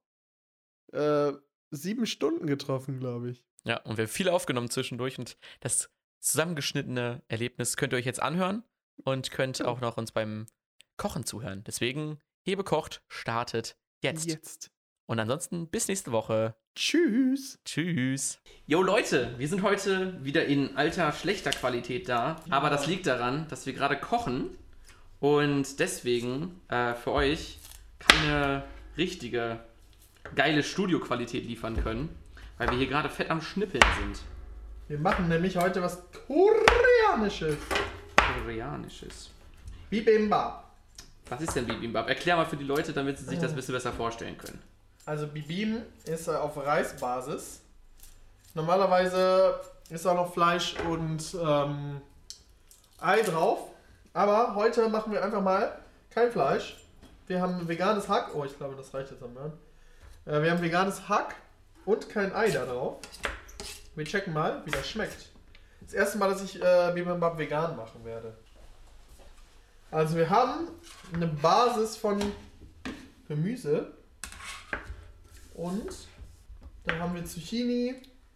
7 Stunden getroffen, glaube ich. Ja, und wir haben viel aufgenommen zwischendurch und das zusammengeschnittene Erlebnis könnt ihr euch jetzt anhören und könnt auch noch uns beim Kochen zuhören. Deswegen, Hebe kocht, startet jetzt. Und ansonsten bis nächste Woche. Tschüss. Tschüss. Yo Leute, wir sind heute wieder in alter, schlechter Qualität da. Ja. Aber das liegt daran, dass wir gerade kochen und deswegen für euch keine richtige, geile Studioqualität liefern können, weil wir hier gerade fett am Schnippeln sind. Wir machen nämlich heute was Koreanisches. Koreanisches. Bibimbap. Was ist denn Bibimbap? Erklär mal für die Leute, damit sie sich das ein bisschen besser vorstellen können. Also Bibim ist auf Reisbasis. Normalerweise ist auch noch Fleisch und Ei drauf. Aber heute machen wir einfach mal kein Fleisch. Wir haben veganes Hack. Oh, ich glaube, das reicht jetzt am Hören. Wir haben veganes Hack und kein Ei da drauf. Wir checken mal, wie das schmeckt. Das erste Mal, dass ich Bibimbap vegan machen werde. Also wir haben eine Basis von Gemüse. Und dann haben wir Zucchini,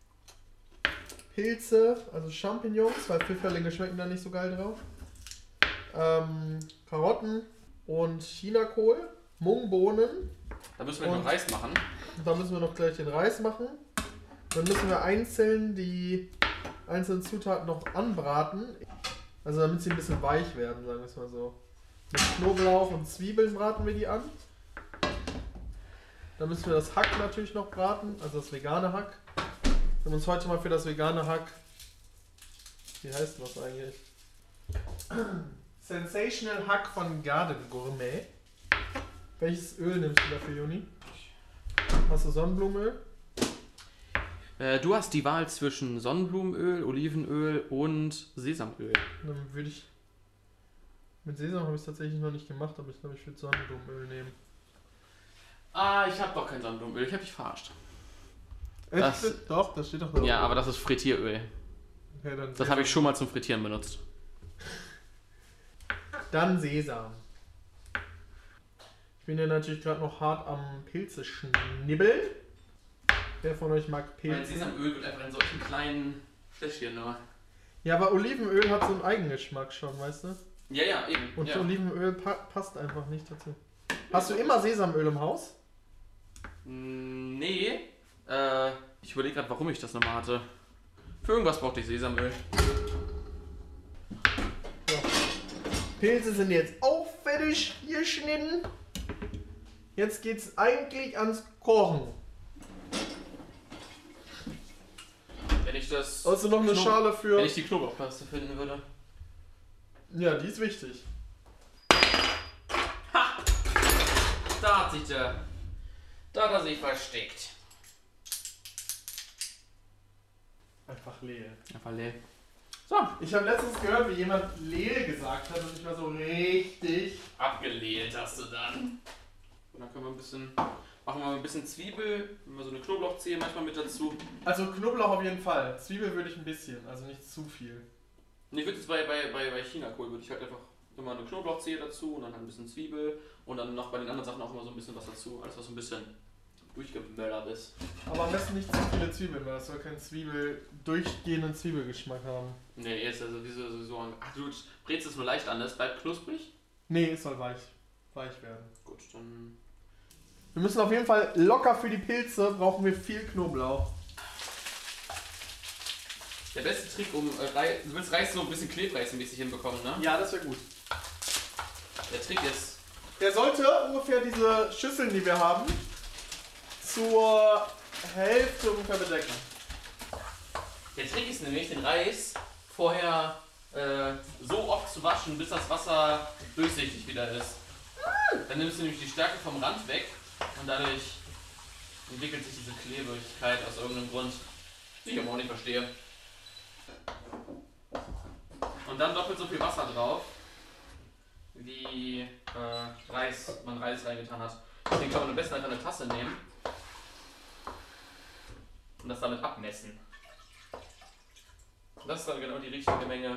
Pilze, also Champignons, weil Pfifferlinge schmecken da nicht so geil drauf. Karotten und Chinakohl, Mungbohnen. Da müssen wir noch Reis machen. Da müssen wir noch gleich den Reis machen. Dann müssen wir einzeln die einzelnen Zutaten noch anbraten. Also damit sie ein bisschen weich werden, sagen wir es mal so. Mit Knoblauch und Zwiebeln braten wir die an. Dann müssen wir das Hack natürlich noch braten, also das vegane Hack. Wir haben uns heute mal für das vegane Hack, wie heißt das eigentlich? Sensational Hack von Garden Gourmet. Welches Öl nimmst du dafür, Juni? Hast du Sonnenblumenöl? Du hast die Wahl zwischen Sonnenblumenöl, Olivenöl und Sesamöl. Dann würde ich... Mit Sesam habe ich es tatsächlich noch nicht gemacht, aber ich glaube, ich würde Sonnenblumenöl nehmen. Ah, ich habe doch kein Sonnenblumenöl, ich habe dich verarscht. Doch, das steht doch da. Ja, aber das ist Frittieröl. Okay, dann Das habe ich schon mal zum Frittieren benutzt. Dann Sesam. Ich bin ja natürlich gerade noch hart am Pilze schnibbeln. Wer von euch mag Mein Pilze? Sesamöl wird einfach in solchen kleinen Fläschchen nur. Ja, aber Olivenöl hat so einen Eigengeschmack schon, weißt du? Ja, eben. Und ja. Olivenöl passt einfach nicht dazu. Hast du immer Sesamöl im Haus? Nee. Ich überlege gerade, warum ich das nochmal hatte. Für irgendwas brauchte ich Sesamöl. So. Pilze sind jetzt auch fertig geschnitten. Jetzt geht's eigentlich ans Kochen. Wenn ich das. Also noch eine Schale für... Wenn ich die Knoblauchpaste finden würde. Ja, die ist wichtig. Ha! Da hat sich der. Da hat er sich versteckt. Einfach Lehl. Einfach leer. So. Ich habe letztens gehört, wie jemand Lehl gesagt hat und ich war so richtig... Abgelehnt hast du dann. Und dann können wir ein bisschen. Machen wir ein bisschen Zwiebel. Immer so eine Knoblauchzehe manchmal mit dazu. Also Knoblauch auf jeden Fall. Zwiebel würde ich ein bisschen, also nicht zu viel. Ich würde jetzt bei Chinakohl würde ich halt einfach immer eine Knoblauchzehe dazu und dann halt ein bisschen Zwiebel und dann noch bei den anderen Sachen auch immer so ein bisschen was dazu. Alles was so ein bisschen durchgemöllert ist. Aber am besten nicht zu viele Zwiebeln, weil das soll keinen durchgehenden Zwiebelgeschmack haben. Nee, ist also diese so. Ach, du brätst es nur leicht an, es bleibt knusprig. Nee, es soll weich werden. Gut, dann. Wir müssen auf jeden Fall locker für die Pilze, brauchen wir viel Knoblauch. Der beste Trick, du willst Reis so ein bisschen klebreismäßig hinbekommen, ne? Ja, das wäre gut. Der Trick ist. Der sollte ungefähr diese Schüsseln, die wir haben, zur Hälfte ungefähr bedecken. Der Trick ist nämlich, den Reis vorher so oft zu waschen, bis das Wasser durchsichtig wieder ist. Dann nimmst du nämlich die Stärke vom Rand weg und dadurch entwickelt sich diese Klebrigkeit aus irgendeinem Grund, die ich aber auch nicht verstehe. Und dann doppelt so viel Wasser drauf, wie man Reis reingetan hat. Deswegen kann man am besten einfach eine Tasse nehmen und das damit abmessen. Das ist dann genau die richtige Menge.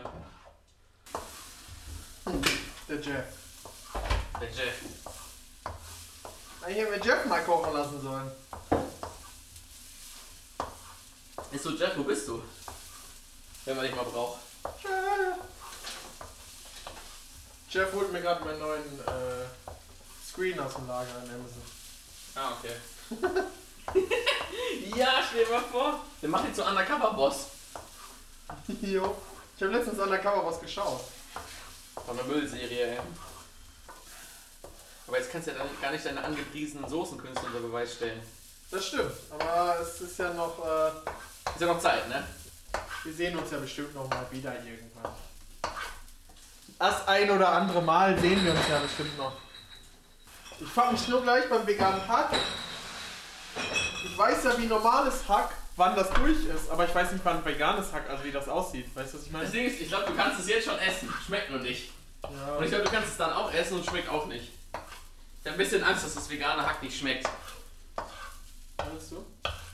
Der Jeff. Der Jeff. Ich hätte mir Jeff mal kochen lassen sollen. Ist so, Jeff, wo bist du? Wenn man dich mal braucht. Jeff holt mir gerade meinen neuen Screen aus dem Lager in Amazon. Ah, okay. Ja, stell dir mal vor, der macht jetzt so Undercover-Boss. Jo. Ich habe letztens Undercover was geschaut. Von der Müllserie, ey. Aber jetzt kannst du ja dann gar nicht deine angepriesenen Soßenkünste unter Beweis stellen. Das stimmt, aber es ist ja noch... Ist ja noch Zeit, ne? wir sehen uns ja bestimmt noch mal wieder irgendwann. Das ein oder andere Mal sehen wir uns ja bestimmt noch. Ich frage mich nur gleich beim veganen Hack. Ich weiß ja, wie normales Hack, wann das durch ist, aber ich weiß nicht, wann veganes Hack, also wie das aussieht. Weißt du, was ich meine? Das Ding ist, ich glaube, du kannst es jetzt schon essen, schmeckt nur nicht. Ja. Und ich glaube, du kannst es dann auch essen und schmeckt auch nicht. Ich habe ein bisschen Angst, dass das vegane Hack nicht schmeckt. Meinst du?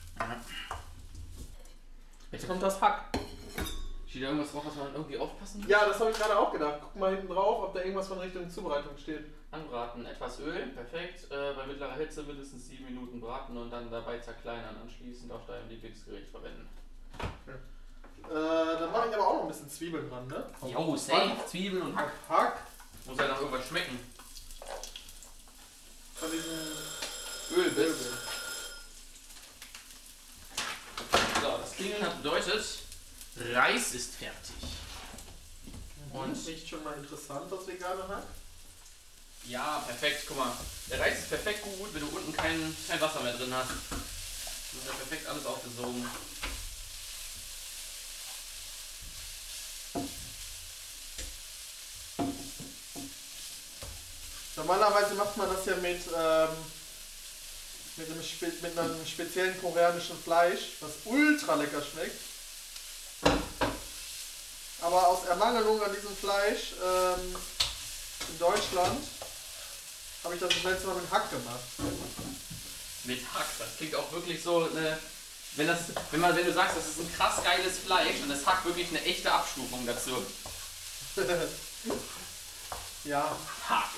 Jetzt kommt das Hack. Steht da irgendwas drauf, was man irgendwie aufpassen muss? Ja, das habe ich gerade auch gedacht. Guck mal hinten drauf, ob da irgendwas von Richtung Zubereitung steht. Anbraten, etwas Öl, perfekt. Bei mittlerer Hitze mindestens 7 Minuten braten und dann dabei zerkleinern. Anschließend auf deinem Lieblingsgericht verwenden. Okay. Dann mache ich aber auch noch ein bisschen Zwiebeln dran, ne? Jo, safe, Zwiebeln und Hack. Hack. Muss ja nach irgendwas schmecken. Von diesem Öl bist. So, das Klingeln hat bedeutet, Reis ist fertig. Und riecht schon mal interessant, das vegane Hack. Ja, perfekt. Guck mal, der Reis ist perfekt gut, wenn du unten kein Wasser mehr drin hast. Das ist ja perfekt alles aufgesogen. Normalerweise macht man das ja mit einem speziellen koreanischen Fleisch, was ultra lecker schmeckt. Aber aus Ermangelung an diesem Fleisch in Deutschland habe ich das letzte Mal mit Hack gemacht. Mit Hack, das klingt auch wirklich so eine wenn du sagst, das ist ein krass geiles Fleisch und das hat wirklich eine echte Abstufung dazu. Ja. Hack.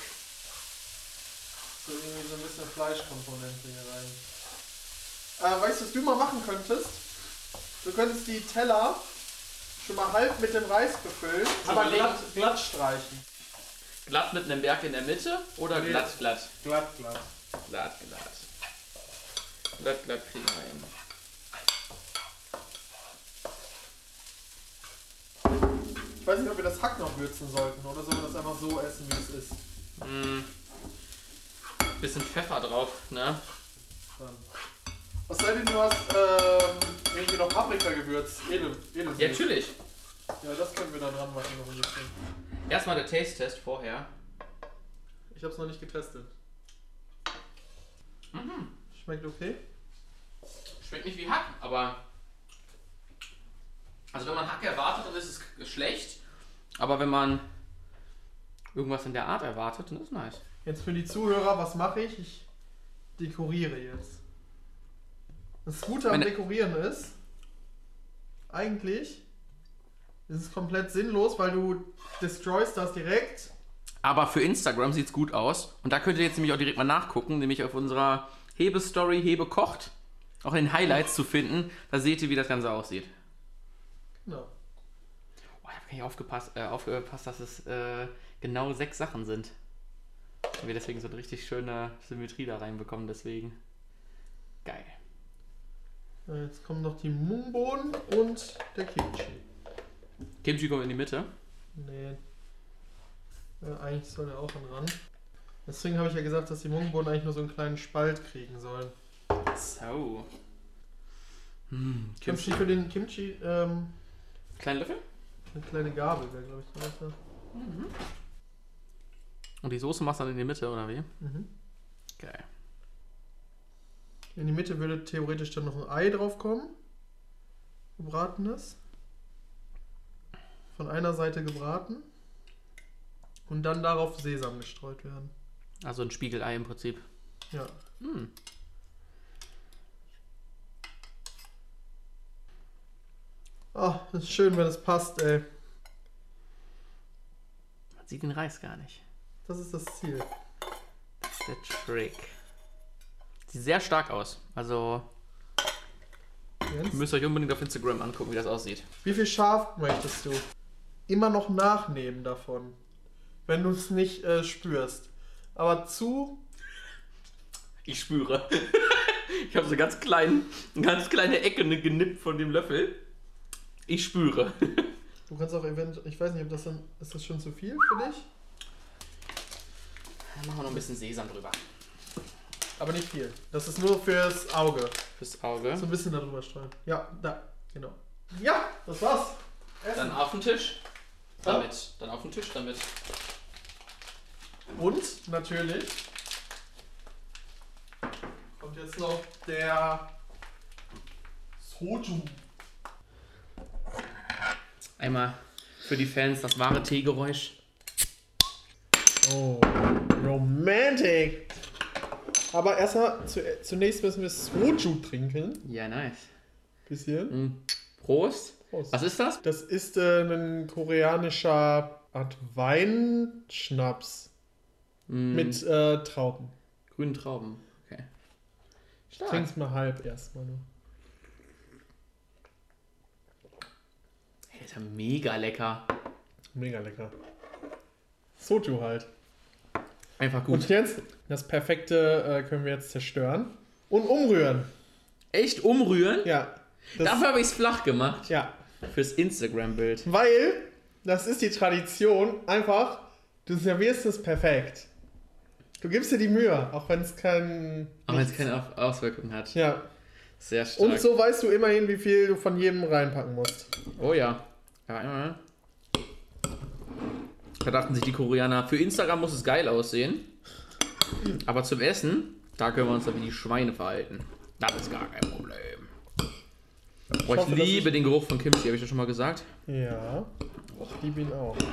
So irgendwie so ein bisschen Fleischkomponente hier rein. Weißt du, was du mal machen könntest? Du könntest die Teller schon mal halb mit dem Reis befüllen, aber glatt streichen. Glatt mit einem Berg in der Mitte oder Nee. glatt? Glatt. Glatt kriegen wir hin. Ich weiß nicht, ob wir das Hack noch würzen sollten oder sollen wir das einfach so essen, wie es ist. Bisschen Pfeffer drauf, ne? Dann. Was sei denn, du hast irgendwie noch Paprika-Gewürz, Edelsilber. Ja, natürlich. Ja, das können wir dann dran machen noch ein bisschen. Erstmal der Taste-Test vorher. Ich hab's noch nicht getestet. Schmeckt okay? Schmeckt nicht wie Hack, aber... Also wenn man Hack erwartet, dann ist es schlecht. Aber wenn man irgendwas in der Art erwartet, dann ist es nice. Jetzt für die Zuhörer, was mache ich? Ich dekoriere jetzt. Das Gute am Dekorieren ist, eigentlich ist es komplett sinnlos, weil du destroyst das direkt. Aber für Instagram sieht es gut aus. Und da könnt ihr jetzt nämlich auch direkt mal nachgucken, nämlich auf unserer Hebe-Story Hebe kocht. Auch in den Highlights zu finden. Da seht ihr, wie das Ganze aussieht. Genau. Oh, ich habe gar nicht aufgepasst, dass es genau 6 Sachen sind. Und wir deswegen so eine richtig schöne Symmetrie da reinbekommen, deswegen. Geil. Jetzt kommen noch die Mungbohnen und der Kimchi. Kimchi kommt in die Mitte. Nee. Eigentlich soll der auch ran. Deswegen habe ich ja gesagt, dass die Mungbohnen eigentlich nur so einen kleinen Spalt kriegen sollen. So. Kimchi für den Kimchi, Kleinen Löffel? eine kleine Gabel wäre, glaube ich, besser. Und die Soße machst du dann in die Mitte, oder wie? Geil. In die Mitte würde theoretisch dann noch ein Ei drauf kommen. Gebratenes. Von einer Seite gebraten. Und dann darauf Sesam gestreut werden. Also ein Spiegelei im Prinzip. Ja. Oh, das ist schön, wenn es passt, ey. Man sieht den Reis gar nicht. Das ist das Ziel. Das ist der Trick. Sieht sehr stark aus. Also, Jens? ihr müsst euch unbedingt auf Instagram angucken, wie das aussieht. Wie viel scharf möchtest du? Immer noch nachnehmen davon. Wenn du es nicht spürst. Aber Ich spüre. Ich habe so eine ganz kleine Ecke genippt von dem Löffel. Ich spüre. Du kannst auch eventuell, ich weiß nicht, ob das dann, ist das schon zu viel für dich? Dann machen wir noch ein bisschen Sesam drüber. Aber nicht viel. Das ist nur fürs Auge. Fürs Auge. So ein bisschen darüber streuen. Ja, da, genau. Ja, das war's. Essen. Dann auf den Tisch. Damit. Dann auf den Tisch damit. Und natürlich kommt jetzt noch der Soju. Einmal für die Fans das wahre Teegeräusch. Oh, romantic. Aber erstmal, zunächst müssen wir Soju trinken. Ja, nice. Bisschen. Prost. Prost. Was ist das? Das ist ein koreanischer Art Weinschnaps mit Trauben. Grünen Trauben. Okay. Stark. Trink's mal halb erstmal nur. Hey, ist ja mega lecker. Mega lecker. Soju halt. Einfach gut. Und jetzt, das Perfekte können wir jetzt zerstören und umrühren. Echt umrühren? Ja. Dafür habe ich es flach gemacht. Ja. Fürs Instagram-Bild. Weil, das ist die Tradition, einfach, du servierst es perfekt. Du gibst dir die Mühe, auch wenn es keine Auswirkungen hat. Ja. Sehr stark. Und so weißt du immerhin, wie viel du von jedem reinpacken musst. Oh ja. Ja. Da dachten sich die Koreaner, für Instagram muss es geil aussehen. Aber zum Essen, da können wir uns dann wie die Schweine verhalten. Das ist gar kein Problem. Boah, ich liebe den Geruch von Kimchi, habe ich das schon mal gesagt? Ja, ich liebe ihn auch.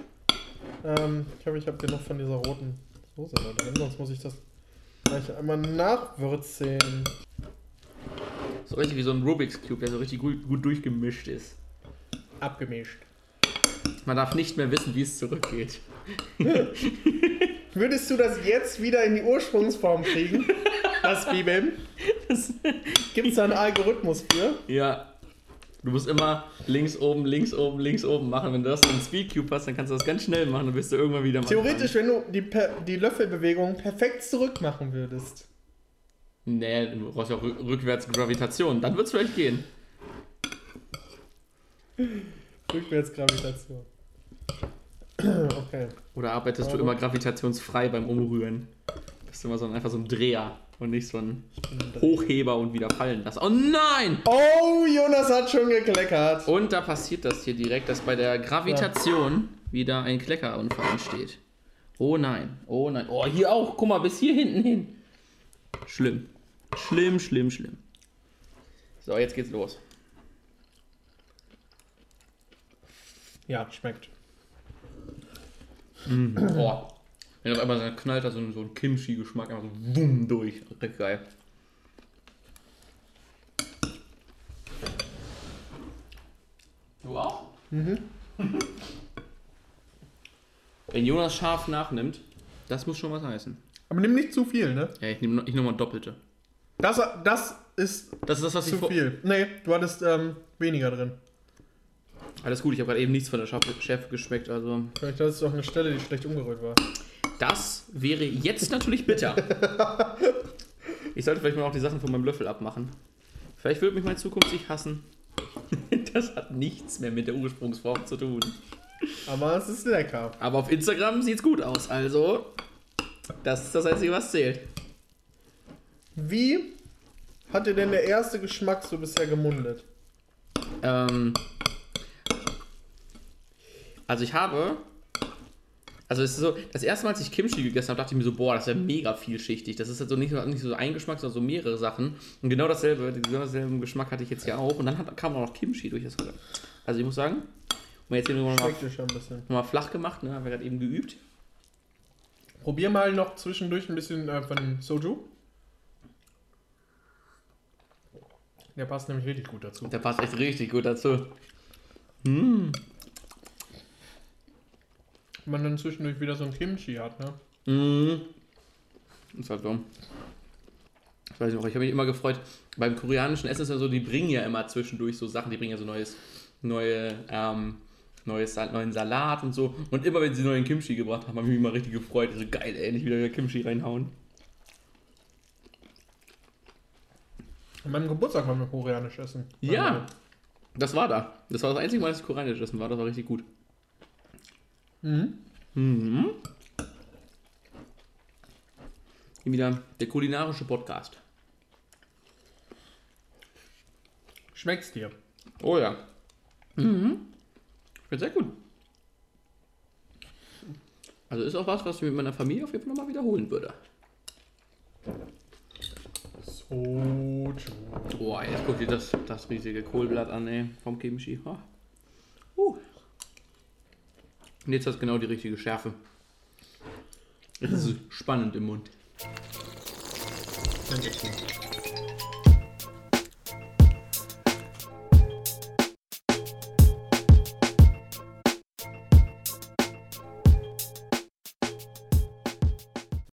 Ich habe genug von dieser roten Soße da drin, sonst muss ich das gleich einmal nachwürzen. So richtig wie so ein Rubik's Cube, der so richtig gut durchgemischt ist. Abgemischt. Man darf nicht mehr wissen, wie es zurückgeht. Würdest du das jetzt wieder in die Ursprungsform kriegen? Das Bibem? Gibt es da einen Algorithmus für? Ja. Du musst immer links oben machen. Wenn du das in den Speedcube hast, dann kannst du das ganz schnell machen, dann bist du irgendwann wieder mal. Theoretisch, wenn du die Löffelbewegung perfekt zurück machen würdest. Nee, du brauchst ja auch rückwärts Gravitation. Dann wird es vielleicht gehen. Rückwärtsgravitation. Okay. Oder arbeitest du immer gravitationsfrei beim Umrühren? Bist du immer einfach so ein Dreher und nicht so ein Hochheber und wieder fallen lassen. Oh nein! Oh, Jonas hat schon gekleckert. Und da passiert das hier direkt, dass bei der Gravitation wieder ein Kleckerunfall entsteht. Oh nein, oh nein. Oh, hier auch. Guck mal, bis hier hinten hin. Schlimm. Schlimm. So, jetzt geht's los. Ja, schmeckt. Oh. Wenn auf einmal knallt da so ein Kimchi-Geschmack einfach so wumm durch. Richtig geil. Du auch? Mhm. Wenn Jonas scharf nachnimmt, das muss schon was heißen. Aber nimm nicht zu viel, ne? Ja, ich nehme mal Doppelte. Das ist Das ist das, was zu viel. Nee, du hattest weniger drin. Alles gut, ich habe gerade eben nichts von der Schärfe geschmeckt, also... Vielleicht ist es doch eine Stelle, die schlecht umgerührt war. Das wäre jetzt natürlich bitter. Ich sollte vielleicht mal auch die Sachen von meinem Löffel abmachen. Vielleicht wird mich mein zukünftig hassen. Das hat nichts mehr mit der Ursprungsform zu tun. Aber es ist lecker. Aber auf Instagram sieht's gut aus, also... Das ist das Einzige, was zählt. Wie hat dir denn der erste Geschmack so bisher gemundet? Also es ist so, das erste Mal, als ich Kimchi gegessen habe, dachte ich mir so, boah, das ist ja mega vielschichtig. Das ist halt so nicht so ein Geschmack, sondern so mehrere Sachen. Und genau denselben Geschmack hatte ich jetzt ja auch. Und dann kam auch noch Kimchi durch. Also ich muss sagen, wir jetzt hier nochmal flach gemacht, ne, haben wir gerade eben geübt. Probier mal noch zwischendurch ein bisschen von Soju. Der passt nämlich richtig gut dazu. Der passt echt richtig gut dazu. Wenn man dann zwischendurch wieder so ein Kimchi hat, ne? Ist halt so. Ich weiß nicht, ich habe mich immer gefreut. Beim koreanischen Essen ist ja so, die bringen ja immer zwischendurch so Sachen, die bringen ja so neuen Salat und so. Und immer wenn sie neuen Kimchi gebracht haben, habe ich mich immer richtig gefreut. Also geil, ey, nicht wieder Kimchi reinhauen. An meinem Geburtstag haben wir koreanisch essen. Ja, das war da. Das war das einzige Mal, dass ich koreanisch essen war. Das war richtig gut. Hier wieder der kulinarische Podcast. Schmeckt's dir? Oh ja. Schmeckt sehr gut. Also ist auch was ich mit meiner Familie auf jeden Fall nochmal wiederholen würde. Soju. Boah, jetzt guck dir das riesige Kohlblatt an, ey, vom Kimchi. Und jetzt hast du genau die richtige Schärfe. Jetzt ist es spannend im Mund. Danke.